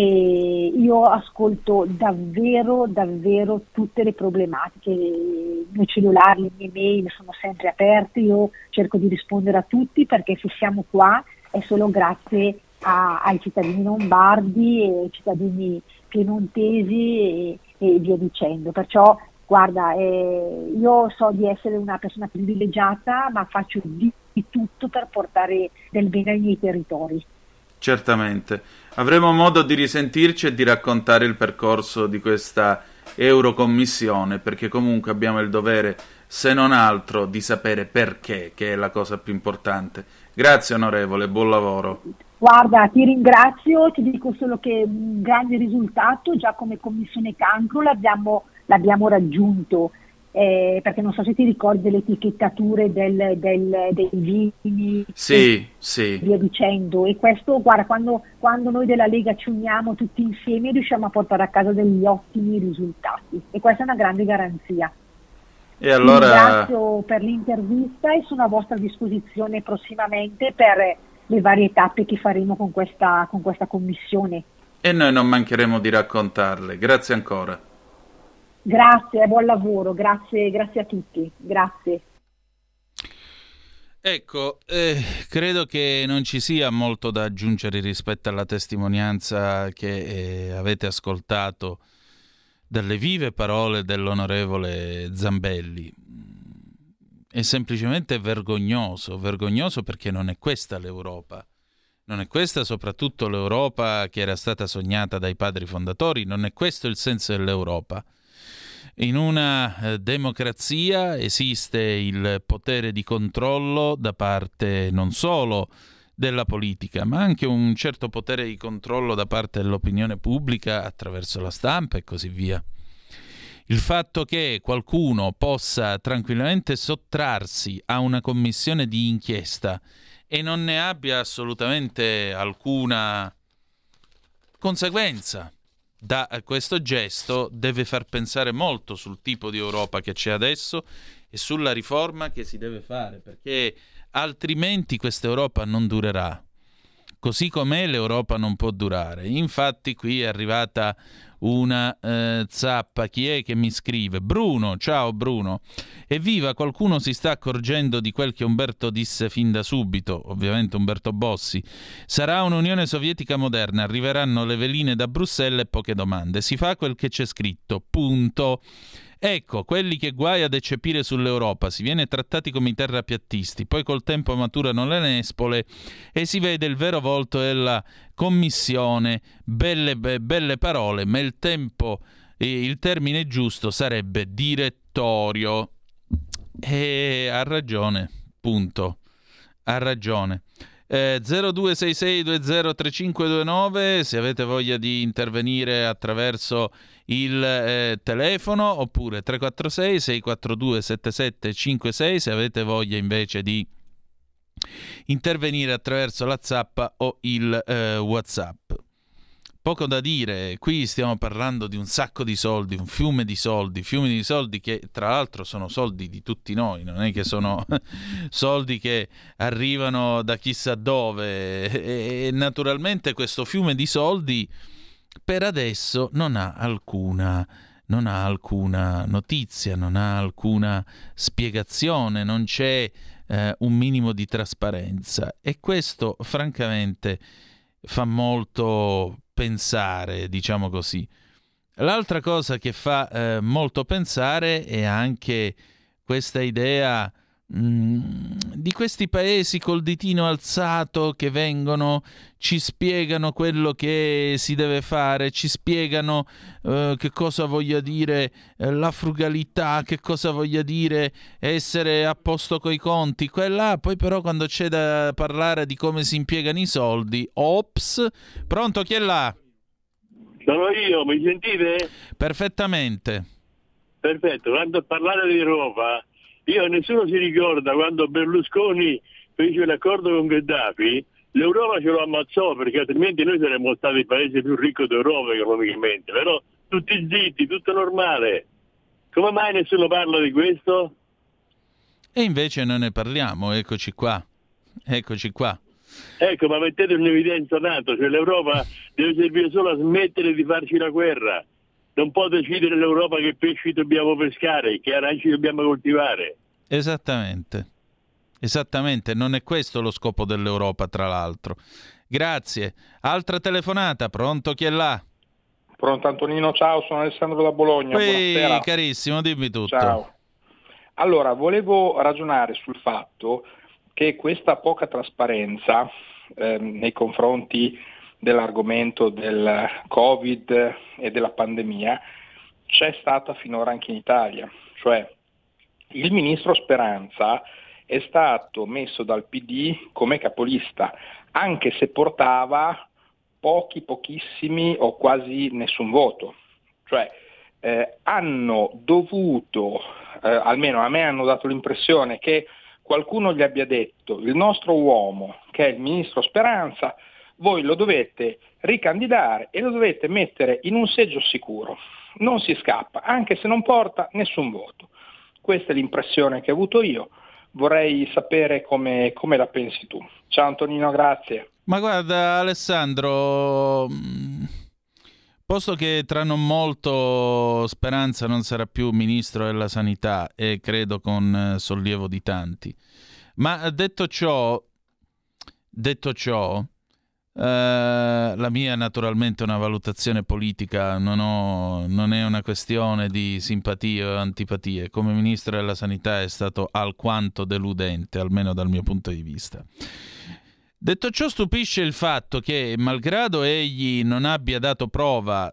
e io ascolto davvero, davvero tutte le problematiche. I miei cellulari, le mie mail sono sempre aperte, io cerco di rispondere a tutti, perché se siamo qua è solo grazie a- ai cittadini lombardi e ai cittadini piemontesi e, e via dicendo. Perciò guarda, eh, io so di essere una persona privilegiata, ma faccio di, di tutto per portare del bene ai miei territori. Certamente. Avremo modo di risentirci e di raccontare il percorso di questa Eurocommissione, perché comunque abbiamo il dovere, se non altro, di sapere perché, che è la cosa più importante. Grazie onorevole, buon lavoro. Guarda, ti ringrazio, ti dico solo che un grande risultato, già come Commissione Cancro l'abbiamo, l'abbiamo raggiunto, eh, perché non so se ti ricordi delle etichettature del, del, dei vini, Sì, sì. via dicendo, e questo, guarda, quando, quando noi della Lega ci uniamo tutti insieme riusciamo a portare a casa degli ottimi risultati, e questa è una grande garanzia. E allora... Vi ringrazio per l'intervista e sono a vostra disposizione prossimamente per le varie tappe che faremo con questa, con questa commissione. E noi non mancheremo di raccontarle. Grazie ancora. Grazie, buon lavoro, grazie, grazie a tutti, grazie. Ecco, eh, credo che non ci sia molto da aggiungere rispetto alla testimonianza che eh, avete ascoltato dalle vive parole dell'onorevole Zambelli. È semplicemente vergognoso, vergognoso perché non è questa l'Europa. Non è questa soprattutto l'Europa che era stata sognata dai padri fondatori, non è questo il senso dell'Europa. In una eh, democrazia esiste il potere di controllo da parte non solo della politica, ma anche un certo potere di controllo da parte dell'opinione pubblica attraverso la stampa e così via. Il fatto che qualcuno possa tranquillamente sottrarsi a una commissione di inchiesta e non ne abbia assolutamente alcuna conseguenza da questo gesto deve far pensare molto sul tipo di Europa che c'è adesso e sulla riforma che si deve fare, perché altrimenti questa Europa non durerà. Così com'è l'Europa non può durare. Infatti qui è arrivata una eh, zappa. Chi è che mi scrive? Bruno, ciao Bruno. Evviva, qualcuno si sta accorgendo di quel che Umberto disse fin da subito, ovviamente Umberto Bossi. Sarà un'Unione Sovietica moderna, arriveranno le veline da Bruxelles e poche domande. Si fa quel che c'è scritto, punto. Ecco, quelli che guai ad eccepire sull'Europa, si viene trattati come i terrapiattisti, poi col tempo maturano le nespole e si vede il vero volto della Commissione. Belle, be, belle parole, ma il tempo, eh, il termine giusto sarebbe direttorio. E ha ragione, punto. Ha ragione. Eh, zero due sei sei due zero tre cinque due nove se avete voglia di intervenire attraverso il eh, telefono, oppure tre quattro sei sei quattro due sette sette cinque sei se avete voglia invece di intervenire attraverso la Zappa o il eh, WhatsApp. Poco da dire, qui stiamo parlando di un sacco di soldi, un fiume di soldi, fiumi di soldi che tra l'altro sono soldi di tutti noi, non è che sono soldi che arrivano da chissà dove, e naturalmente questo fiume di soldi per adesso non ha alcuna, non ha alcuna notizia, non ha alcuna spiegazione, non c'è eh, un minimo di trasparenza, e questo francamente fa molto pensare, diciamo così. L'altra cosa che fa eh, molto pensare è anche questa idea mh, di questi paesi col ditino alzato che vengono, ci spiegano quello che si deve fare, ci spiegano eh, che cosa voglia dire eh, la frugalità, che cosa voglia dire essere a posto coi conti, quella, poi però quando c'è da parlare di come si impiegano i soldi, ops, pronto, chi è là? Sono io, mi sentite? Perfettamente. Perfetto, quando parlare di Europa, io nessuno si ricorda quando Berlusconi fece l'accordo con Gheddafi, l'Europa ce lo ammazzò, perché altrimenti noi saremmo stati il paese più ricco d'Europa economicamente, però tutti zitti, tutto normale. Come mai nessuno parla di questo? E invece noi ne parliamo, eccoci qua, eccoci qua. Ecco, ma mettete un'evidenza tanto, cioè l'Europa deve servire solo a smettere di farci la guerra. Non può decidere l'Europa che pesci dobbiamo pescare, che aranci dobbiamo coltivare. Esattamente, esattamente, non è questo lo scopo dell'Europa, tra l'altro. Grazie. Altra telefonata, pronto, chi è là? Pronto Antonino, ciao, sono Alessandro da Bologna. Ehi, buonasera. carissimo, dimmi tutto. Ciao. Allora, volevo ragionare sul fatto che questa poca trasparenza eh, nei confronti dell'argomento del Covid e della pandemia c'è stata finora anche in Italia. Cioè, il ministro Speranza è stato messo dal P D come capolista, anche se portava pochi, pochissimi o quasi nessun voto. Cioè, eh, hanno dovuto, eh, almeno a me hanno dato l'impressione che qualcuno gli abbia detto: il nostro uomo, che è il ministro Speranza, voi lo dovete ricandidare e lo dovete mettere in un seggio sicuro, non si scappa, anche se non porta nessun voto. Questa è l'impressione che ho avuto io, vorrei sapere come, come la pensi tu. Ciao Antonino, grazie. Ma guarda Alessandro, posto che tra non molto Speranza non sarà più ministro della sanità, e credo con sollievo di tanti, ma detto ciò, detto ciò, eh, la mia naturalmente è una valutazione politica, non, ho, non è una questione di simpatie o antipatie. Come ministro della sanità è stato alquanto deludente, almeno dal mio punto di vista. Detto ciò, stupisce il fatto che, malgrado egli non abbia dato prova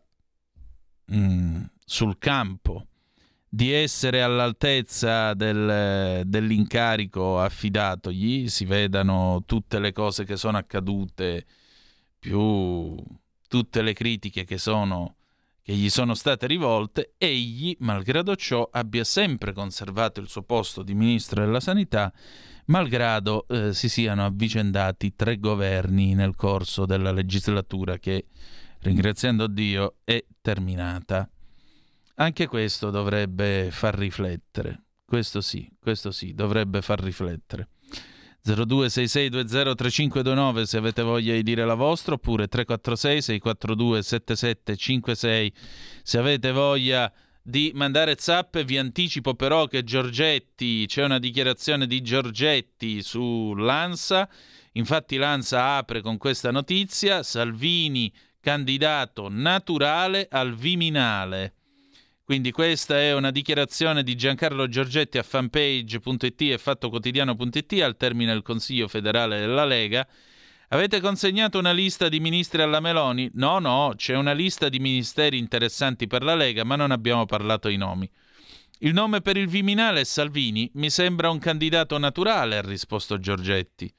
mh, sul campo di essere all'altezza del, dell'incarico affidatogli, si vedano tutte le cose che sono accadute, più tutte le critiche che sono che gli sono state rivolte, egli, malgrado ciò, abbia sempre conservato il suo posto di ministro della sanità, malgrado eh, si siano avvicendati tre governi nel corso della legislatura che, ringraziando Dio, è terminata. Anche questo dovrebbe far riflettere. Questo sì, questo sì, dovrebbe far riflettere. zero due sei sei due zero tre cinque due nove se avete voglia di dire la vostra, oppure tre quattro sei sei quattro due sette sette cinque sei se avete voglia di mandare zap. Vi anticipo però che Giorgetti, c'è una dichiarazione di Giorgetti su l'Ansa, infatti l'Ansa apre con questa notizia: Salvini candidato naturale al Viminale. Quindi questa è una dichiarazione di Giancarlo Giorgetti a fanpage punto it e fattoquotidiano punto it al termine del Consiglio federale della Lega. Avete consegnato una lista di ministri alla Meloni? No, no, c'è una lista di ministeri interessanti per la Lega, ma non abbiamo parlato i nomi. Il nome per il Viminale è Salvini. Mi sembra un candidato naturale, ha risposto Giorgetti.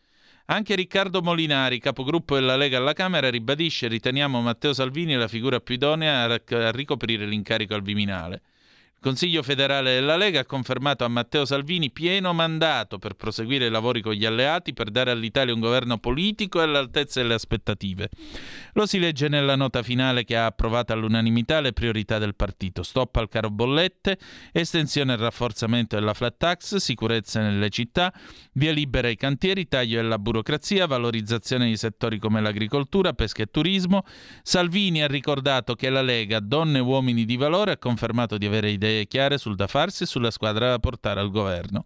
Anche Riccardo Molinari, capogruppo della Lega alla Camera, ribadisce: riteniamo Matteo Salvini la figura più idonea a, rac- a ricoprire l'incarico al Viminale. Il Consiglio federale della Lega ha confermato a Matteo Salvini pieno mandato per proseguire i lavori con gli alleati per dare all'Italia un governo politico e all'altezza delle aspettative. Lo si legge nella nota finale che ha approvato all'unanimità le priorità del partito: stop al caro bollette, estensione e rafforzamento della flat tax, sicurezza nelle città, via libera ai cantieri, taglio della burocrazia, valorizzazione di settori come l'agricoltura, pesca e turismo. Salvini ha ricordato che la Lega, donne e uomini di valore, ha confermato di avere idee chiare sul da farsi e sulla squadra da portare al governo.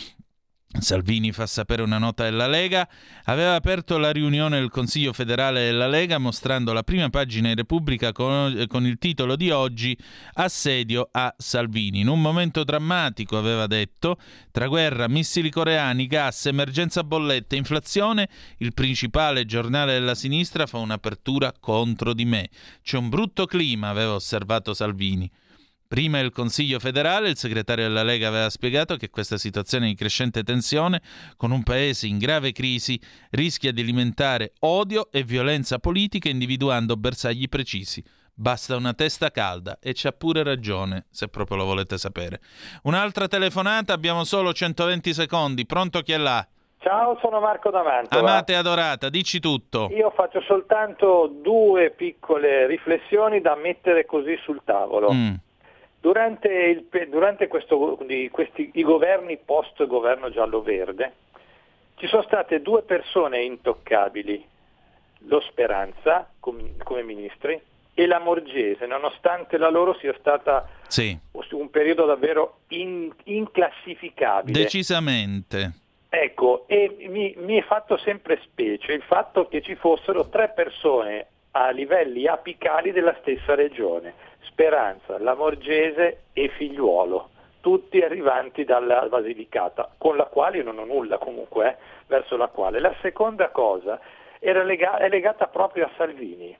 Salvini, fa sapere una nota della Lega, aveva aperto la riunione del Consiglio federale della Lega mostrando la prima pagina in Repubblica con, con il titolo di oggi: Assedio a Salvini. In un momento drammatico, aveva detto, tra guerra, missili coreani, gas, emergenza bollette, inflazione, il principale giornale della sinistra fa un'apertura contro di me. C'è un brutto clima, aveva osservato Salvini. Prima del Consiglio federale, il segretario della Lega aveva spiegato che questa situazione di crescente tensione, con un paese in grave crisi, rischia di alimentare odio e violenza politica, individuando bersagli precisi. Basta una testa calda, e c'ha pure ragione, se proprio lo volete sapere. Un'altra telefonata, abbiamo solo centoventi secondi. Pronto, chi è là? Ciao, sono Marco da Mantova. Amata e adorata, dici tutto. Io faccio soltanto due piccole riflessioni da mettere così sul tavolo. Mm. Durante, il, durante questo, di questi, i governi post-governo giallo-verde ci sono state due persone intoccabili, lo Speranza com, come ministri e la Morgese, nonostante la loro sia stata sì. un periodo davvero in, inclassificabile. Decisamente. Ecco, e mi, mi è fatto sempre specie il fatto che ci fossero tre persone a livelli apicali della stessa regione: Speranza, la Morgese e Figliuolo, tutti arrivanti dalla Basilicata, con la quale io non ho nulla comunque, eh, verso la quale. La seconda cosa era lega- è legata proprio a Salvini.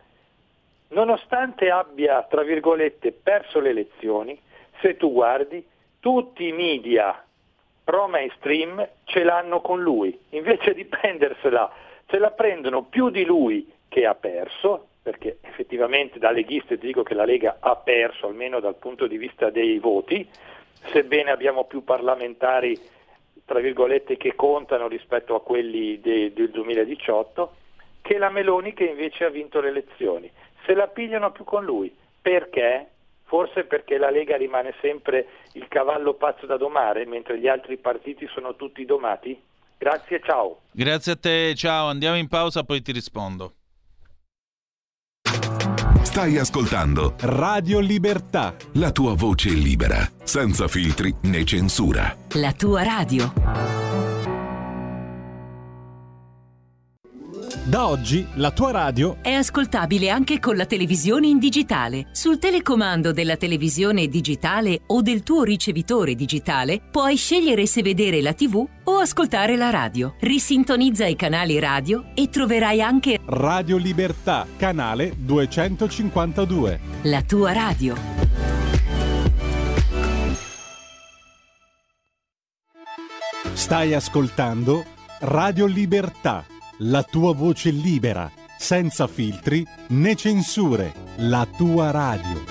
Nonostante abbia, tra virgolette, perso le elezioni, se tu guardi, tutti i media pro mainstream ce l'hanno con lui, invece di prendersela, ce la prendono più di lui che ha perso, perché effettivamente da leghista ti dico che la Lega ha perso, almeno dal punto di vista dei voti, sebbene abbiamo più parlamentari, tra virgolette, che contano rispetto a quelli de, del duemiladiciotto, che la Meloni, che invece ha vinto le elezioni. Se la pigliano più con lui. Perché? Forse perché la Lega rimane sempre il cavallo pazzo da domare, mentre gli altri partiti sono tutti domati? Grazie, ciao. Grazie a te, ciao. Andiamo in pausa, poi ti rispondo. Stai ascoltando Radio Libertà, la tua voce libera, senza filtri né censura. La tua radio. Da oggi la tua radio è ascoltabile anche con la televisione in digitale. Sul telecomando della televisione digitale o del tuo ricevitore digitale puoi scegliere se vedere la tivù o ascoltare la radio. Risintonizza i canali radio e troverai anche Radio Libertà, canale duecentocinquantadue. La tua radio. Stai ascoltando Radio Libertà, la tua voce libera, senza filtri né censure, la tua radio.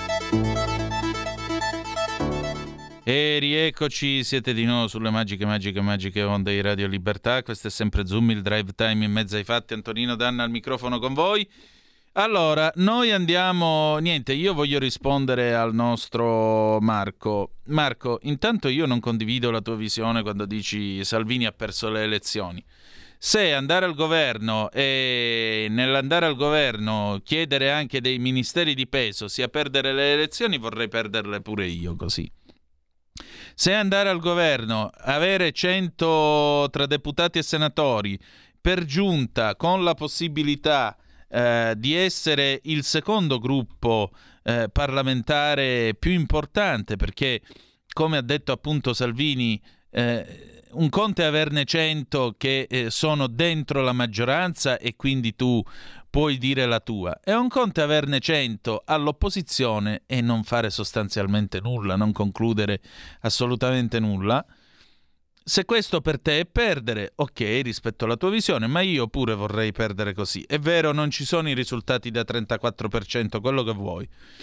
E rieccoci, siete di nuovo sulle magiche, magiche, magiche onde di Radio Libertà. Questo è sempre Zoom, il drive time in mezzo ai fatti. Antonino Danna al microfono con voi. Allora, noi andiamo... Niente, io voglio rispondere al nostro Marco. Marco, intanto io non condivido la tua visione quando dici Salvini ha perso le elezioni. Se andare al governo e nell'andare al governo chiedere anche dei ministeri di peso sia perdere le elezioni, vorrei perderle pure io così. Se andare al governo, avere cento tra deputati e senatori, per giunta con la possibilità eh, di essere il secondo gruppo eh, parlamentare più importante, perché come ha detto appunto Salvini, eh, un conto è averne cento che eh, sono dentro la maggioranza e quindi tu puoi dire la tua, e un conto è averne cento all'opposizione e non fare sostanzialmente nulla, non concludere assolutamente nulla. Se questo per te è perdere, ok, rispetto alla tua visione, ma io pure vorrei perdere così. È vero, non ci sono i risultati da trentaquattro per cento, quello che vuoi.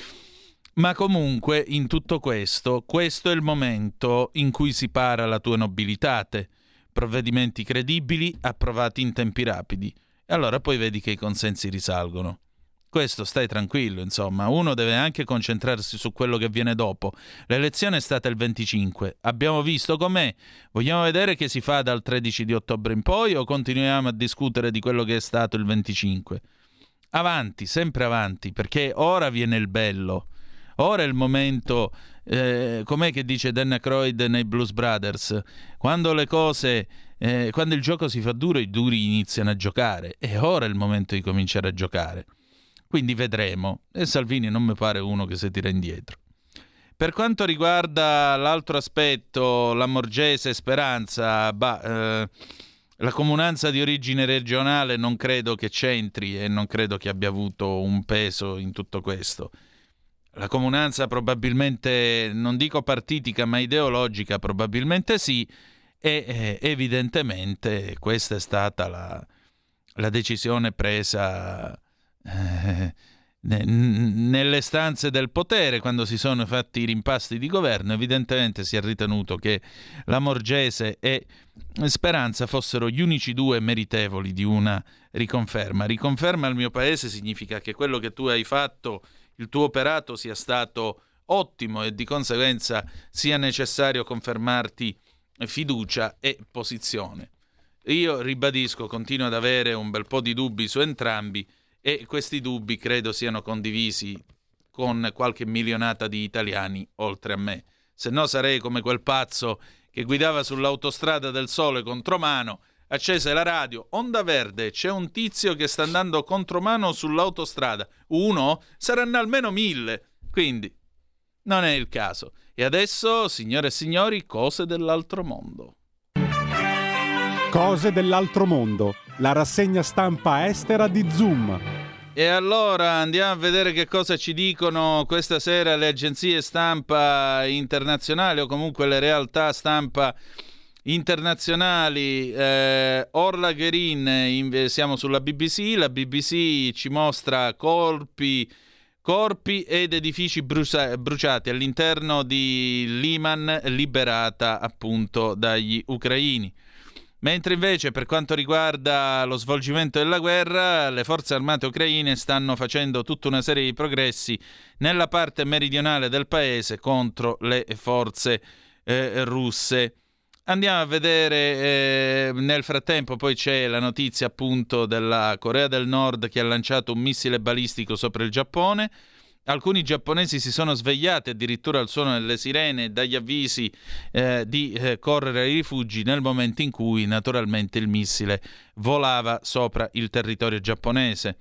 Ma comunque, in tutto questo, questo è il momento in cui si para la tua nobilitate. Provvedimenti credibili, approvati in tempi rapidi. E allora poi vedi che i consensi risalgono. Questo stai tranquillo, insomma, uno deve anche concentrarsi su quello che viene dopo. L'elezione è stata il venticinque, abbiamo visto com'è, vogliamo vedere che si fa dal tredici di ottobre in poi o continuiamo a discutere di quello che è stato il venticinque? Avanti, sempre avanti, perché ora viene il bello, ora è il momento, eh, com'è che dice Dan Aykroyd nei Blues Brothers, quando le cose... Eh, quando il gioco si fa duro, i duri iniziano a giocare, e ora è il momento di cominciare a giocare. Quindi vedremo, e Salvini non mi pare uno che si tira indietro. Per quanto riguarda l'altro aspetto, Lamorgese e Speranza, bah, eh, la comunanza di origine regionale non credo che c'entri e non credo che abbia avuto un peso in tutto questo. La comunanza probabilmente, non dico partitica ma ideologica, probabilmente sì, e eh, evidentemente questa è stata la, la decisione presa... Eh, nelle stanze del potere, quando si sono fatti i rimpasti di governo. Evidentemente si è ritenuto che Lamorgese e Speranza fossero gli unici due meritevoli di una riconferma. Riconferma al mio paese significa che quello che tu hai fatto, il tuo operato, sia stato ottimo e di conseguenza sia necessario confermarti fiducia e posizione. Io ribadisco, continuo ad avere un bel po' di dubbi su entrambi, e questi dubbi credo siano condivisi con qualche milionata di italiani oltre a me. Se no sarei come quel pazzo che guidava sull'autostrada del sole contromano, accese la radio, onda verde, c'è un tizio che sta andando contromano sull'autostrada. Uno? Saranno almeno mille. Quindi non è il caso. E adesso, signore e signori, cose dell'altro mondo. Cose dell'altro mondo, la rassegna stampa estera di Zoom. E allora andiamo a vedere che cosa ci dicono questa sera le agenzie stampa internazionali o comunque le realtà stampa internazionali. eh, Orla Guerin, in, siamo sulla B B C, la B B C ci mostra corpi, corpi ed edifici brucia, bruciati all'interno di Liman, liberata appunto dagli ucraini. Mentre invece per quanto riguarda lo svolgimento della guerra, le forze armate ucraine stanno facendo tutta una serie di progressi nella parte meridionale del paese contro le forze eh, russe. Andiamo a vedere, eh, nel frattempo poi c'è la notizia appunto della Corea del Nord che ha lanciato un missile balistico sopra il Giappone. Alcuni giapponesi si sono svegliati addirittura al suono delle sirene e dagli avvisi eh, di eh, correre ai rifugi nel momento in cui naturalmente il missile volava sopra il territorio giapponese.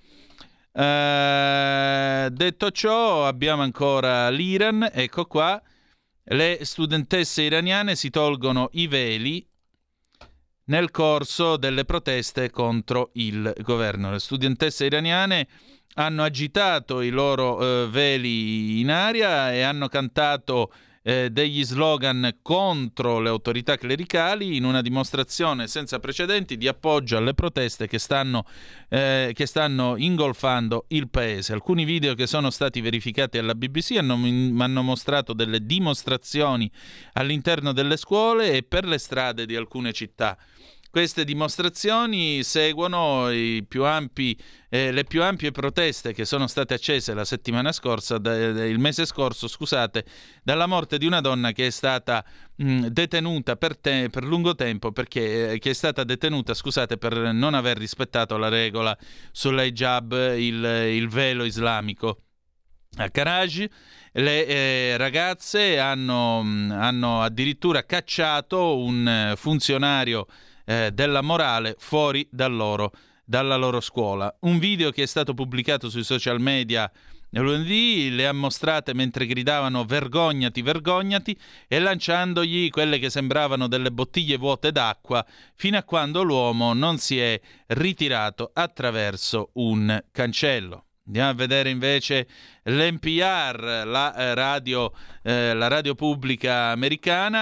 Eh, detto ciò, abbiamo ancora l'Iran, ecco qua. Le studentesse iraniane si tolgono i veli nel corso delle proteste contro il governo. Le studentesse iraniane hanno agitato i loro eh, veli in aria e hanno cantato eh, degli slogan contro le autorità clericali in una dimostrazione senza precedenti di appoggio alle proteste che stanno, eh, che stanno ingolfando il paese. Alcuni video che sono stati verificati alla B B C hanno, hanno mostrato delle dimostrazioni all'interno delle scuole e per le strade di alcune città. Queste dimostrazioni seguono i più ampi, eh, le più ampie proteste che sono state accese la settimana scorsa, da, il mese scorso, scusate, dalla morte di una donna che è stata mh, detenuta per, te, per lungo tempo, perché eh, che è stata detenuta, scusate, per non aver rispettato la regola sull'hijab, il, il velo islamico. A Karaj le eh, ragazze hanno, hanno addirittura cacciato un funzionario Eh, della morale fuori da loro, dalla loro scuola. Un video che è stato pubblicato sui social media lunedì le ha mostrate mentre gridavano vergognati, vergognati e lanciandogli quelle che sembravano delle bottiglie vuote d'acqua fino a quando l'uomo non si è ritirato attraverso un cancello. Andiamo a vedere invece l'N P R, la radio, eh, la radio pubblica americana.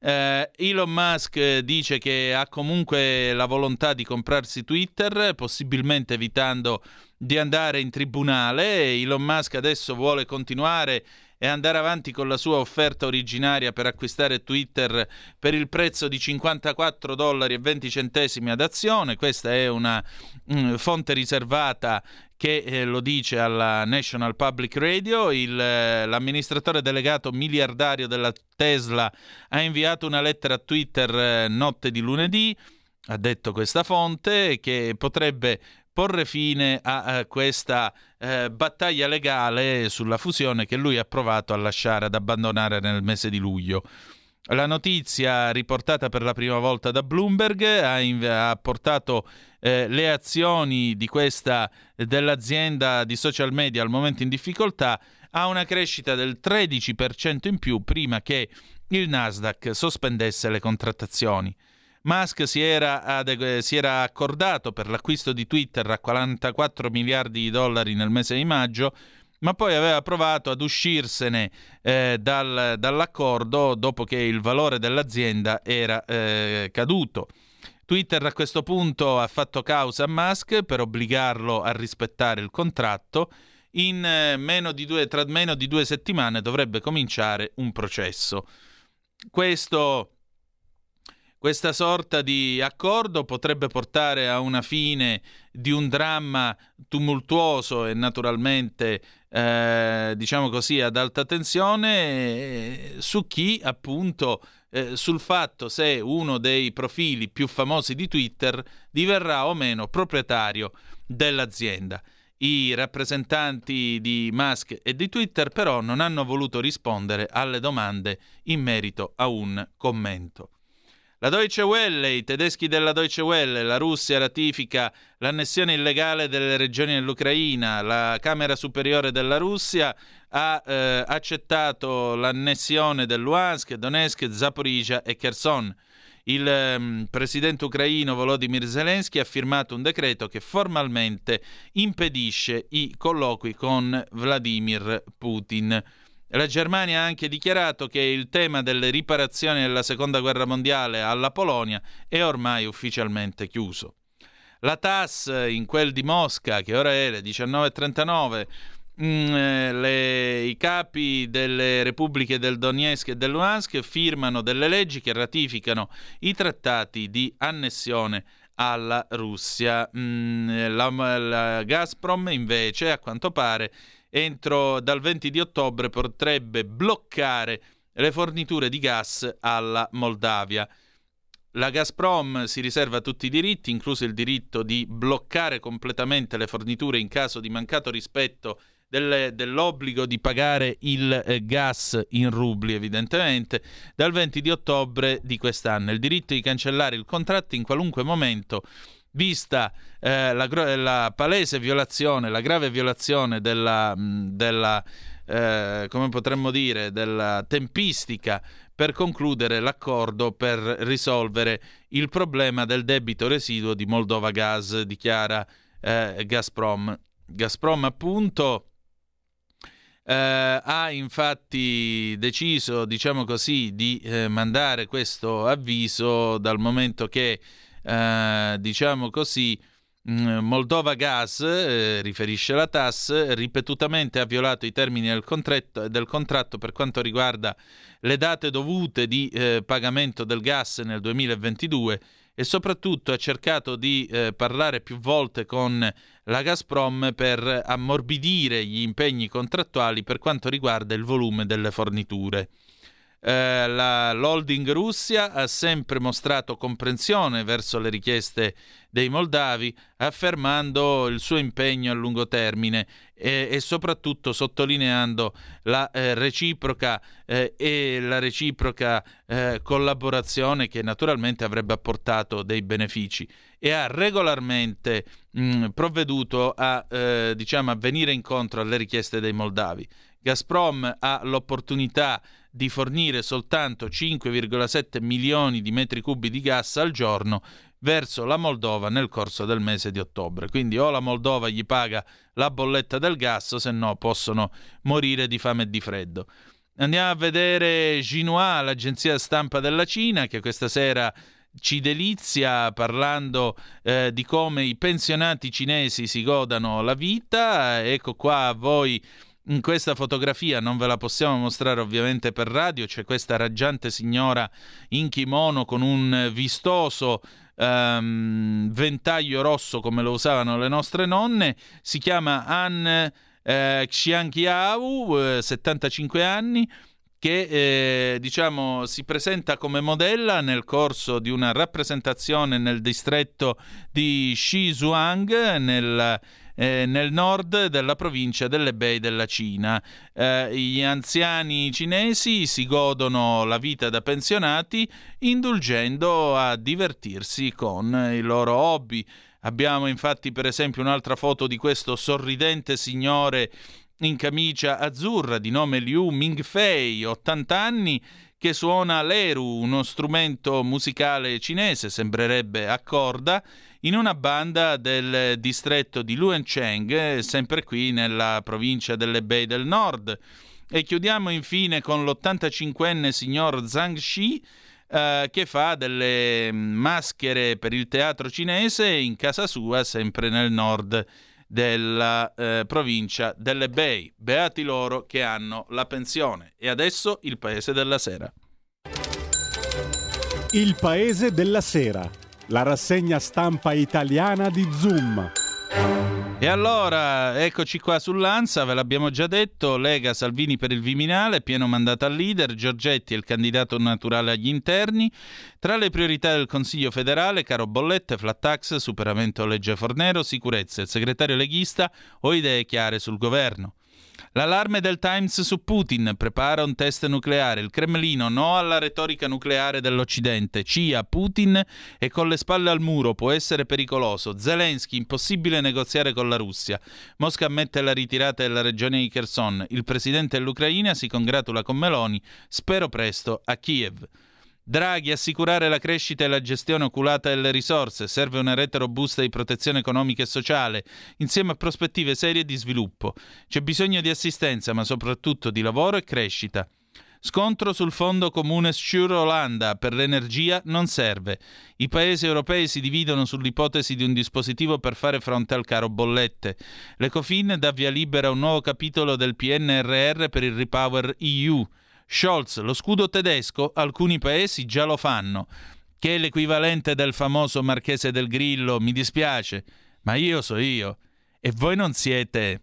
Eh, Elon Musk dice che ha comunque la volontà di comprarsi Twitter, possibilmente evitando di andare in tribunale. Elon Musk adesso vuole continuare e andare avanti con la sua offerta originaria per acquistare Twitter per il prezzo di cinquantaquattro dollari e venti centesimi ad azione. Questa è una mh, fonte riservata che eh, lo dice alla National Public Radio. Il, eh, l'amministratore delegato miliardario della Tesla ha inviato una lettera a Twitter eh, notte di lunedì, ha detto questa fonte, che potrebbe porre fine a, a questa eh, battaglia legale sulla fusione che lui ha provato a lasciare, ad abbandonare nel mese di luglio. La notizia, riportata per la prima volta da Bloomberg, ha, in, ha portato eh, le azioni di questa dell'azienda di social media al momento in difficoltà a una crescita del tredici per cento in più prima che il Nasdaq sospendesse le contrattazioni. Musk si era, adegu- si era accordato per l'acquisto di Twitter a quarantaquattro miliardi di dollari nel mese di maggio, ma poi aveva provato ad uscirsene eh, dal, dall'accordo dopo che il valore dell'azienda era eh, caduto. Twitter a questo punto ha fatto causa a Musk per obbligarlo a rispettare il contratto. In eh, meno di due, tra meno di due settimane dovrebbe cominciare un processo. Questo... Questa sorta di accordo potrebbe portare a una fine di un dramma tumultuoso e naturalmente, eh, diciamo così, ad alta tensione eh, su chi, appunto, eh, sul fatto se uno dei profili più famosi di Twitter diverrà o meno proprietario dell'azienda. I rappresentanti di Musk e di Twitter però non hanno voluto rispondere alle domande in merito a un commento. La Deutsche Welle, i tedeschi della Deutsche Welle, la Russia ratifica l'annessione illegale delle regioni dell'Ucraina. La Camera Superiore della Russia ha eh, accettato l'annessione del Luhansk, Donetsk, Zaporizhia e Kherson. Il eh, presidente ucraino Volodymyr Zelensky ha firmato un decreto che formalmente impedisce i colloqui con Vladimir Putin. La Germania ha anche dichiarato che il tema delle riparazioni della Seconda Guerra Mondiale alla Polonia è ormai ufficialmente chiuso. La T A S, in quel di Mosca, che ora è le diciannove e trentanove, mh, le, i capi delle repubbliche del Donetsk e del Luhansk firmano delle leggi che ratificano i trattati di annessione alla Russia. Mh, la, la Gazprom, invece, a quanto pare, entro dal venti di ottobre potrebbe bloccare le forniture di gas alla Moldavia. La Gazprom si riserva tutti i diritti, incluso il diritto di bloccare completamente le forniture in caso di mancato rispetto del, dell'obbligo di pagare il eh, gas in rubli, evidentemente, dal venti di ottobre di quest'anno. Il diritto di cancellare il contratto in qualunque momento, vista eh, la, la palese violazione, la grave violazione della, della eh, come potremmo dire, della tempistica per concludere l'accordo per risolvere il problema del debito residuo di Moldova Gas, dichiara eh, Gazprom. Gazprom, appunto, eh, ha infatti deciso, diciamo così, di eh, mandare questo avviso dal momento che Uh, diciamo così, mh, Moldova Gas, eh, riferisce la T A S, ripetutamente ha violato i termini del contratto, del contratto per quanto riguarda le date dovute di eh, pagamento del gas nel duemilaventidue e soprattutto ha cercato di eh, parlare più volte con la Gazprom per ammorbidire gli impegni contrattuali per quanto riguarda il volume delle forniture. Eh, la, l'holding Russia ha sempre mostrato comprensione verso le richieste dei moldavi, affermando il suo impegno a lungo termine e, e soprattutto sottolineando la eh, reciproca eh, e la reciproca eh, collaborazione che naturalmente avrebbe apportato dei benefici, e ha regolarmente mh, provveduto a, eh, diciamo, a venire incontro alle richieste dei moldavi. Gazprom ha l'opportunità di fornire soltanto cinque virgola sette milioni di metri cubi di gas al giorno verso la Moldova nel corso del mese di ottobre. Quindi o la Moldova gli paga la bolletta del gas, o se no possono morire di fame e di freddo. Andiamo a vedere Xinhua, l'agenzia stampa della Cina, che questa sera ci delizia parlando eh, di come i pensionati cinesi si godano la vita. Ecco qua a voi in questa fotografia, non ve la possiamo mostrare ovviamente per radio, c'è questa raggiante signora in kimono con un vistoso um, ventaglio rosso come lo usavano le nostre nonne. Si chiama Han eh, Xiangqiao, eh, settantacinque anni, che eh, diciamo si presenta come modella nel corso di una rappresentazione nel distretto di Xizhuang, nel, eh, nel nord della provincia dell'Hebei della Cina. Eh, gli anziani cinesi si godono la vita da pensionati indulgendo a divertirsi con i loro hobby. Abbiamo infatti per esempio un'altra foto di questo sorridente signore in camicia azzurra di nome Liu Mingfei, ottanta anni, che suona l'eru, uno strumento musicale cinese, sembrerebbe a corda, in una banda del distretto di Luancheng, sempre qui nella provincia dell'Hebei del Nord. E chiudiamo infine con l'ottantacinquenne signor Zhang Shi, eh, che fa delle maschere per il teatro cinese in casa sua, sempre nel nord della eh, provincia dell'Hebei. Beati loro che hanno la pensione. E adesso il Paese della Sera. Il Paese della Sera, la rassegna stampa italiana di Zoom. E allora, eccoci qua sull'Ansa, ve l'abbiamo già detto, Lega Salvini per il Viminale, pieno mandato al leader, Giorgetti è il candidato naturale agli interni. Tra le priorità del Consiglio federale, caro bollette, flat tax, superamento legge Fornero, sicurezza. Il segretario leghista ho idee chiare sul governo. L'allarme del Times su Putin, prepara un test nucleare. Il Cremlino, no alla retorica nucleare dell'Occidente. C I A, Putin è con le spalle al muro, può essere pericoloso. Zelensky, impossibile negoziare con la Russia. Mosca ammette la ritirata della regione di Kherson. Il presidente dell'Ucraina si congratula con Meloni, spero presto a Kiev. Draghi, assicurare la crescita e la gestione oculata delle risorse, serve una rete robusta di protezione economica e sociale, insieme a prospettive serie di sviluppo. C'è bisogno di assistenza, ma soprattutto di lavoro e crescita. Scontro sul fondo comune Sure-Olanda, per l'energia non serve. I paesi europei si dividono sull'ipotesi di un dispositivo per fare fronte al caro bollette. L'Ecofin dà via libera a un nuovo capitolo del P N R R per il Repower E U. Scholz, lo scudo tedesco, alcuni paesi già lo fanno, che è l'equivalente del famoso Marchese del Grillo, mi dispiace, ma io so io, e voi non siete.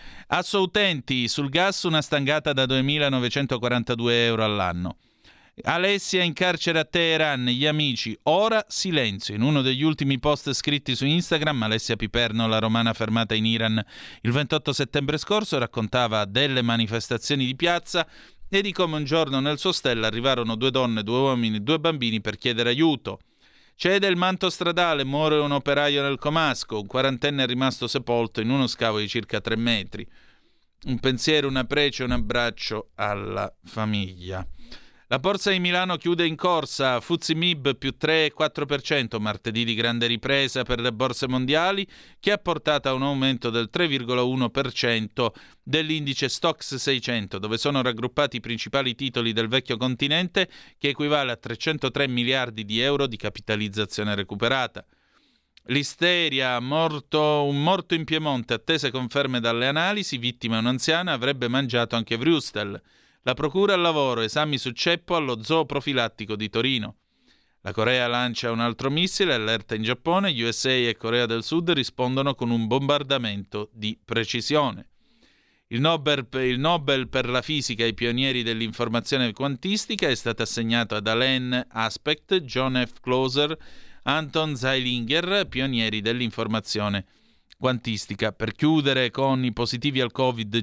Assoutenti, sul gas una stangata da duemilanovecentoquarantadue euro all'anno. Alessia in carcere a Teheran, gli amici, ora silenzio. In uno degli ultimi post scritti su Instagram, Alessia Piperno, la romana fermata in Iran il ventotto settembre scorso, raccontava delle manifestazioni di piazza e di come un giorno nel suo ostello arrivarono due donne, due uomini e due bambini per chiedere aiuto. Cede il manto stradale, muore un operaio nel comasco, un quarantenne è rimasto sepolto in uno scavo di circa tre metri. Un pensiero, una prece, un abbraccio alla famiglia. La borsa di Milano chiude in corsa, F T S E M I B più tre virgola quattro per cento, martedì di grande ripresa per le borse mondiali, che ha portato a un aumento del tre virgola uno per cento dell'indice Stoxx seicento, dove sono raggruppati i principali titoli del vecchio continente, che equivale a trecentotré miliardi di euro di capitalizzazione recuperata. L'isteria, morto, un morto in Piemonte, attese conferme dalle analisi, vittima un'anziana, avrebbe mangiato anche Vrustel. La procura al lavoro, esami su ceppo allo zoo profilattico di Torino. La Corea lancia un altro missile, allerta in Giappone, U S A e Corea del Sud rispondono con un bombardamento di precisione. Il Nobel, il Nobel per la fisica ai pionieri dell'informazione quantistica è stato assegnato ad Alain Aspect, John F. Clauser, Anton Zeilinger, pionieri dell'informazione quantistica. Per chiudere con i positivi al Covid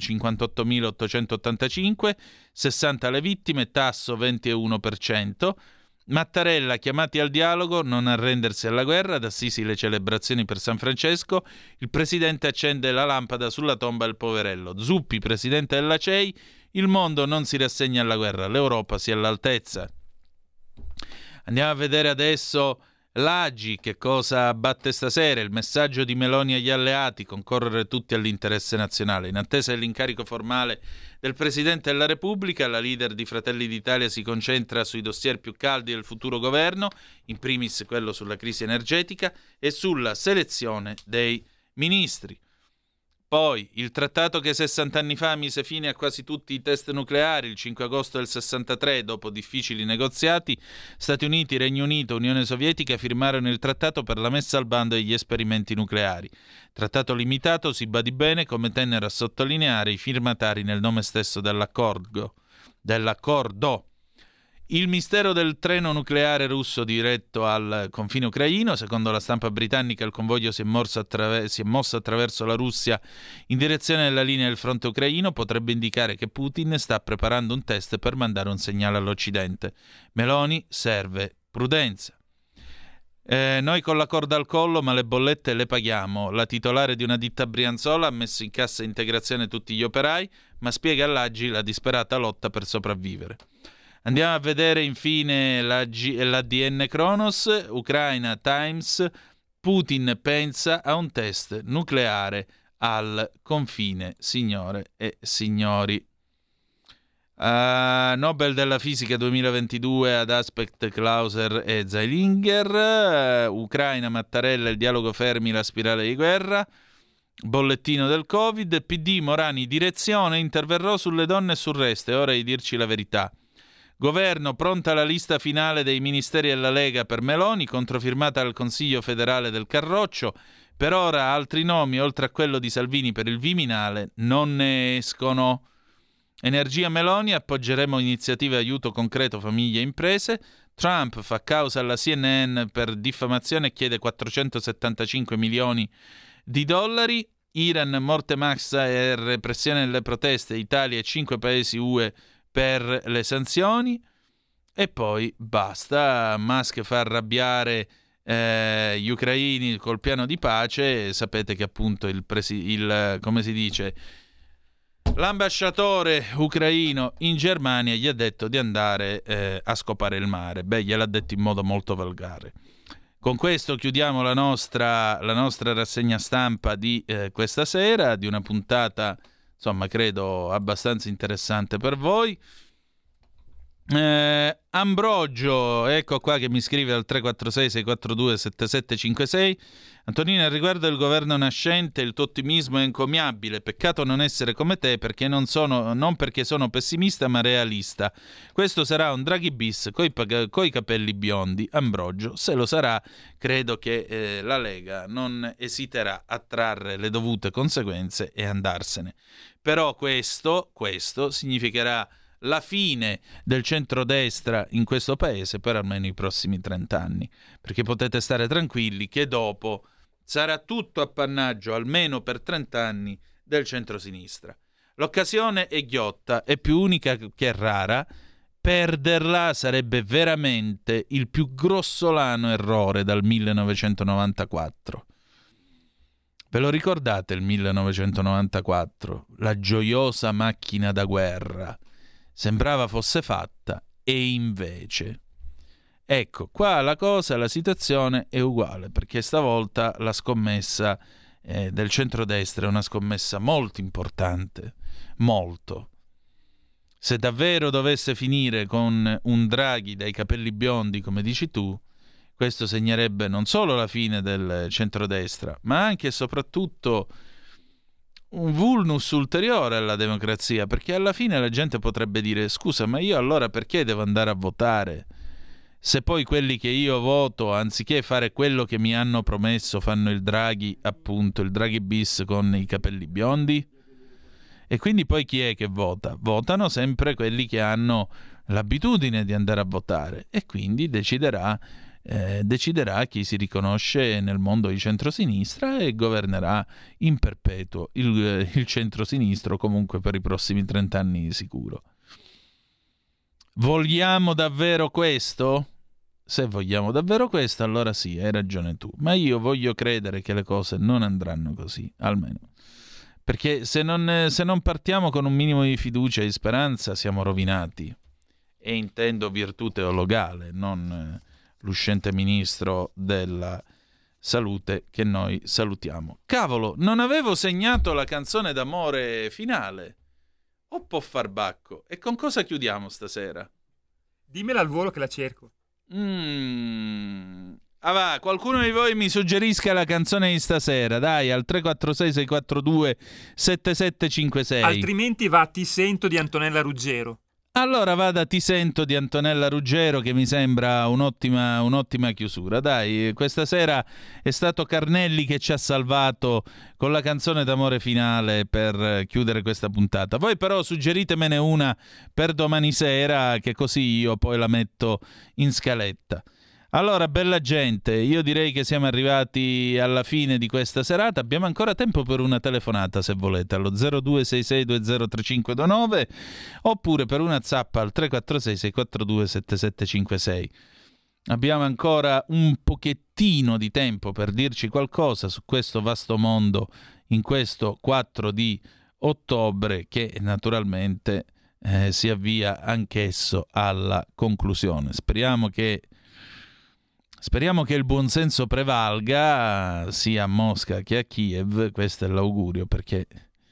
cinquantottomilaottocentottantacinque, sessanta le vittime, tasso ventuno per cento. Mattarella, chiamati al dialogo, non arrendersi alla guerra, ad Assisi le celebrazioni per San Francesco, il presidente accende la lampada sulla tomba del poverello. Zuppi, presidente della C E I, il mondo non si rassegna alla guerra, l'Europa sia all'altezza. Andiamo a vedere adesso L'A G I che cosa batte stasera? Il messaggio di Meloni agli alleati: concorrere tutti all'interesse nazionale. In attesa dell'incarico formale del Presidente della Repubblica, la leader di Fratelli d'Italia si concentra sui dossier più caldi del futuro governo, in primis quello sulla crisi energetica e sulla selezione dei ministri. Poi il trattato che sessanta anni fa mise fine a quasi tutti i test nucleari, il cinque agosto del sessantatré, dopo difficili negoziati, Stati Uniti, Regno Unito e Unione Sovietica firmarono il trattato per la messa al bando degli esperimenti nucleari. Trattato limitato, si badi bene, come tennero a sottolineare i firmatari nel nome stesso dell'accordo. dell'accordo. Il mistero del treno nucleare russo diretto al confine ucraino. Secondo la stampa britannica, il convoglio si è, morso attraver- si è mosso attraverso la Russia in direzione della linea del fronte ucraino. Potrebbe indicare che Putin sta preparando un test per mandare un segnale all'Occidente. Meloni: serve prudenza. Eh, noi con la corda al collo, ma le bollette le paghiamo. La titolare di una ditta brianzola ha messo in cassa integrazione tutti gli operai, ma spiega all'A G I la disperata lotta per sopravvivere. Andiamo a vedere infine l'A D N Kronos, Ucraina Times. Putin pensa a un test nucleare al confine, signore e signori. Uh, Nobel della fisica duemilaventidue ad Aspect, Clauser e Zeilinger. Uh, Ucraina, Mattarella, il dialogo fermi, la spirale di guerra. Bollettino del Covid. P D, Morani, direzione, interverrò sulle donne e sul resto, è ora di dirci la verità. Governo, pronta la lista finale dei ministeri della Lega per Meloni, controfirmata dal Consiglio federale del Carroccio. Per ora altri nomi, oltre a quello di Salvini per il Viminale, non ne escono. Energia Meloni, appoggeremo iniziative di aiuto concreto famiglie e imprese. Trump fa causa alla C N N per diffamazione e chiede quattrocentosettantacinque milioni di dollari. Iran, morte massa e repressione delle proteste. Italia e cinque paesi U E per le sanzioni. E poi basta. Musk fa arrabbiare eh, gli ucraini col piano di pace. Sapete che appunto il, presi- il come si dice l'ambasciatore ucraino in Germania gli ha detto di andare eh, a scopare il mare. Beh, gliel'ha detto in modo molto volgare. Con questo chiudiamo la nostra, la nostra rassegna stampa di eh, questa sera, di una puntata, insomma, credo abbastanza interessante per voi. Eh, Ambrogio, ecco qua, che mi scrive al tre quattro sei sei quattro due sette sette cinque sei. Antonino, al riguardo del governo nascente, il tuo ottimismo è encomiabile. Peccato non essere come te, perché non sono, non perché sono pessimista ma realista. Questo sarà un Draghi bis coi, coi capelli biondi. Ambrogio, se lo sarà, credo che eh, la Lega non esiterà a trarre le dovute conseguenze e andarsene. Però questo, questo significherà la fine del centrodestra in questo paese per almeno i prossimi trent'anni, perché potete stare tranquilli che dopo sarà tutto appannaggio, almeno per trent'anni, del centrosinistra. L'occasione è ghiotta, è più unica che rara. Perderla sarebbe veramente il più grossolano errore dal millenovecentonovantaquattro. Ve lo ricordate il millenovecentonovantaquattro? La gioiosa macchina da guerra. Sembrava fosse fatta e invece. Ecco, qua la cosa, la situazione è uguale, perché stavolta la scommessa eh, del centrodestra è una scommessa molto importante, molto. Se davvero dovesse finire con un Draghi dai capelli biondi, come dici tu, questo segnerebbe non solo la fine del centrodestra, ma anche e soprattutto un vulnus ulteriore alla democrazia, perché alla fine la gente potrebbe dire: scusa, ma io allora perché devo andare a votare se poi quelli che io voto, anziché fare quello che mi hanno promesso, fanno il Draghi, appunto il Draghi bis con i capelli biondi? E quindi poi chi è che vota? Votano sempre quelli che hanno l'abitudine di andare a votare, e quindi deciderà Eh, deciderà chi si riconosce nel mondo di centrosinistra e governerà in perpetuo il, il centrosinistro, comunque per i prossimi trent'anni di sicuro. Vogliamo davvero questo? Se vogliamo davvero questo, allora sì, hai ragione tu, ma io voglio credere che le cose non andranno così, almeno, perché se non, se non partiamo con un minimo di fiducia e di speranza siamo rovinati, e intendo virtù teologale, non l'uscente ministro della salute, che noi salutiamo. Cavolo, non avevo segnato la canzone d'amore finale. O può far bacco? E con cosa chiudiamo stasera? Dimmela al volo che la cerco. Mm. Ah va, qualcuno di voi mi suggerisca la canzone di stasera, dai, al tre quattro sei sei quattro due sette sette cinque sei. Altrimenti va Ti sento di Antonella Ruggero. Allora vada Ti sento di Antonella Ruggero, che mi sembra un'ottima, un'ottima chiusura. Dai, questa sera è stato Carnelli che ci ha salvato con la canzone d'amore finale per chiudere questa puntata. Voi però suggeritemene una per domani sera, che così io poi la metto in scaletta. Allora, bella gente, io direi che siamo arrivati alla fine di questa serata. Abbiamo ancora tempo per una telefonata, se volete, allo zero due sei sei due zero tre cinque due nove, oppure per una zappa al tre quattro sei sei quattro due sette sette cinque sei. Abbiamo ancora un pochettino di tempo per dirci qualcosa su questo vasto mondo in questo quattro di ottobre, che naturalmente eh, si avvia anch'esso alla conclusione. Speriamo che Speriamo che il buonsenso prevalga sia a Mosca che a Kiev, questo è l'augurio, perché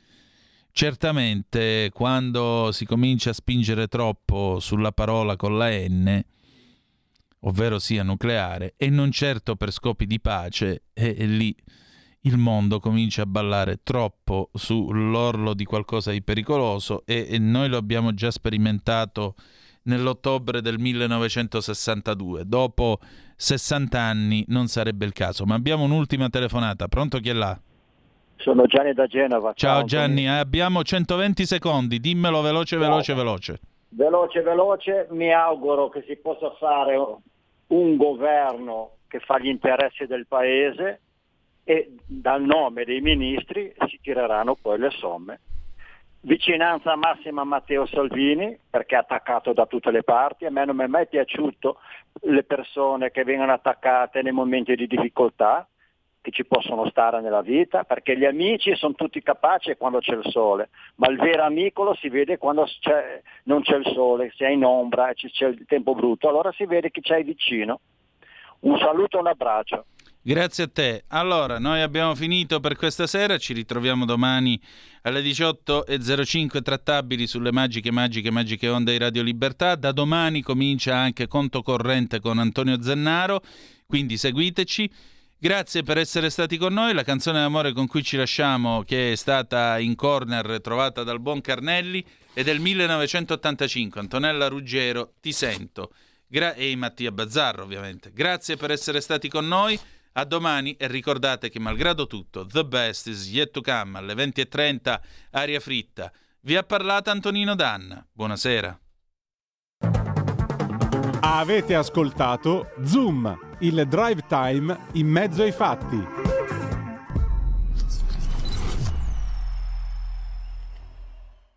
certamente quando si comincia a spingere troppo sulla parola con la N, ovvero sia nucleare, e non certo per scopi di pace, e, e lì il mondo comincia a ballare troppo sull'orlo di qualcosa di pericoloso, e, e noi lo abbiamo già sperimentato nell'ottobre del millenovecentosessantadue. Dopo sessanta anni non sarebbe il caso. Ma abbiamo un'ultima telefonata. Pronto, chi è là? Sono Gianni da Genova. Ciao, ciao Gianni, eh, abbiamo centoventi secondi, dimmelo veloce, veloce, veloce. Veloce, veloce, mi auguro che si possa fare un governo che fa gli interessi del paese e dal nome dei ministri si tireranno poi le somme. Vicinanza massima a Matteo Salvini, perché è attaccato da tutte le parti. A me non mi è mai piaciuto le persone che vengono attaccate nei momenti di difficoltà, che ci possono stare nella vita, perché gli amici sono tutti capaci quando c'è il sole, ma il vero amico lo si vede quando c'è, non c'è il sole, se è in ombra e c'è il tempo brutto, allora si vede chi c'hai vicino. Un saluto e un abbraccio. Grazie a te. Allora, noi abbiamo finito per questa sera, ci ritroviamo domani alle diciotto e zero cinque trattabili sulle magiche, magiche, magiche onde di Radio Libertà. Da domani comincia anche Conto Corrente con Antonio Zennaro, quindi seguiteci. Grazie per essere stati con noi. La canzone d'amore con cui ci lasciamo, che è stata in corner trovata dal buon Carnelli, è del millenovecentottantacinque, Antonella Ruggero, Ti sento. Gra- e Mattia Bazzarro, ovviamente. Grazie per essere stati con noi. A domani, e ricordate che malgrado tutto, the best is yet to come, alle venti e trenta, Aria Fritta. Vi ha parlato Antonino Danna. Buonasera. Avete ascoltato Zoom, il drive time in mezzo ai fatti.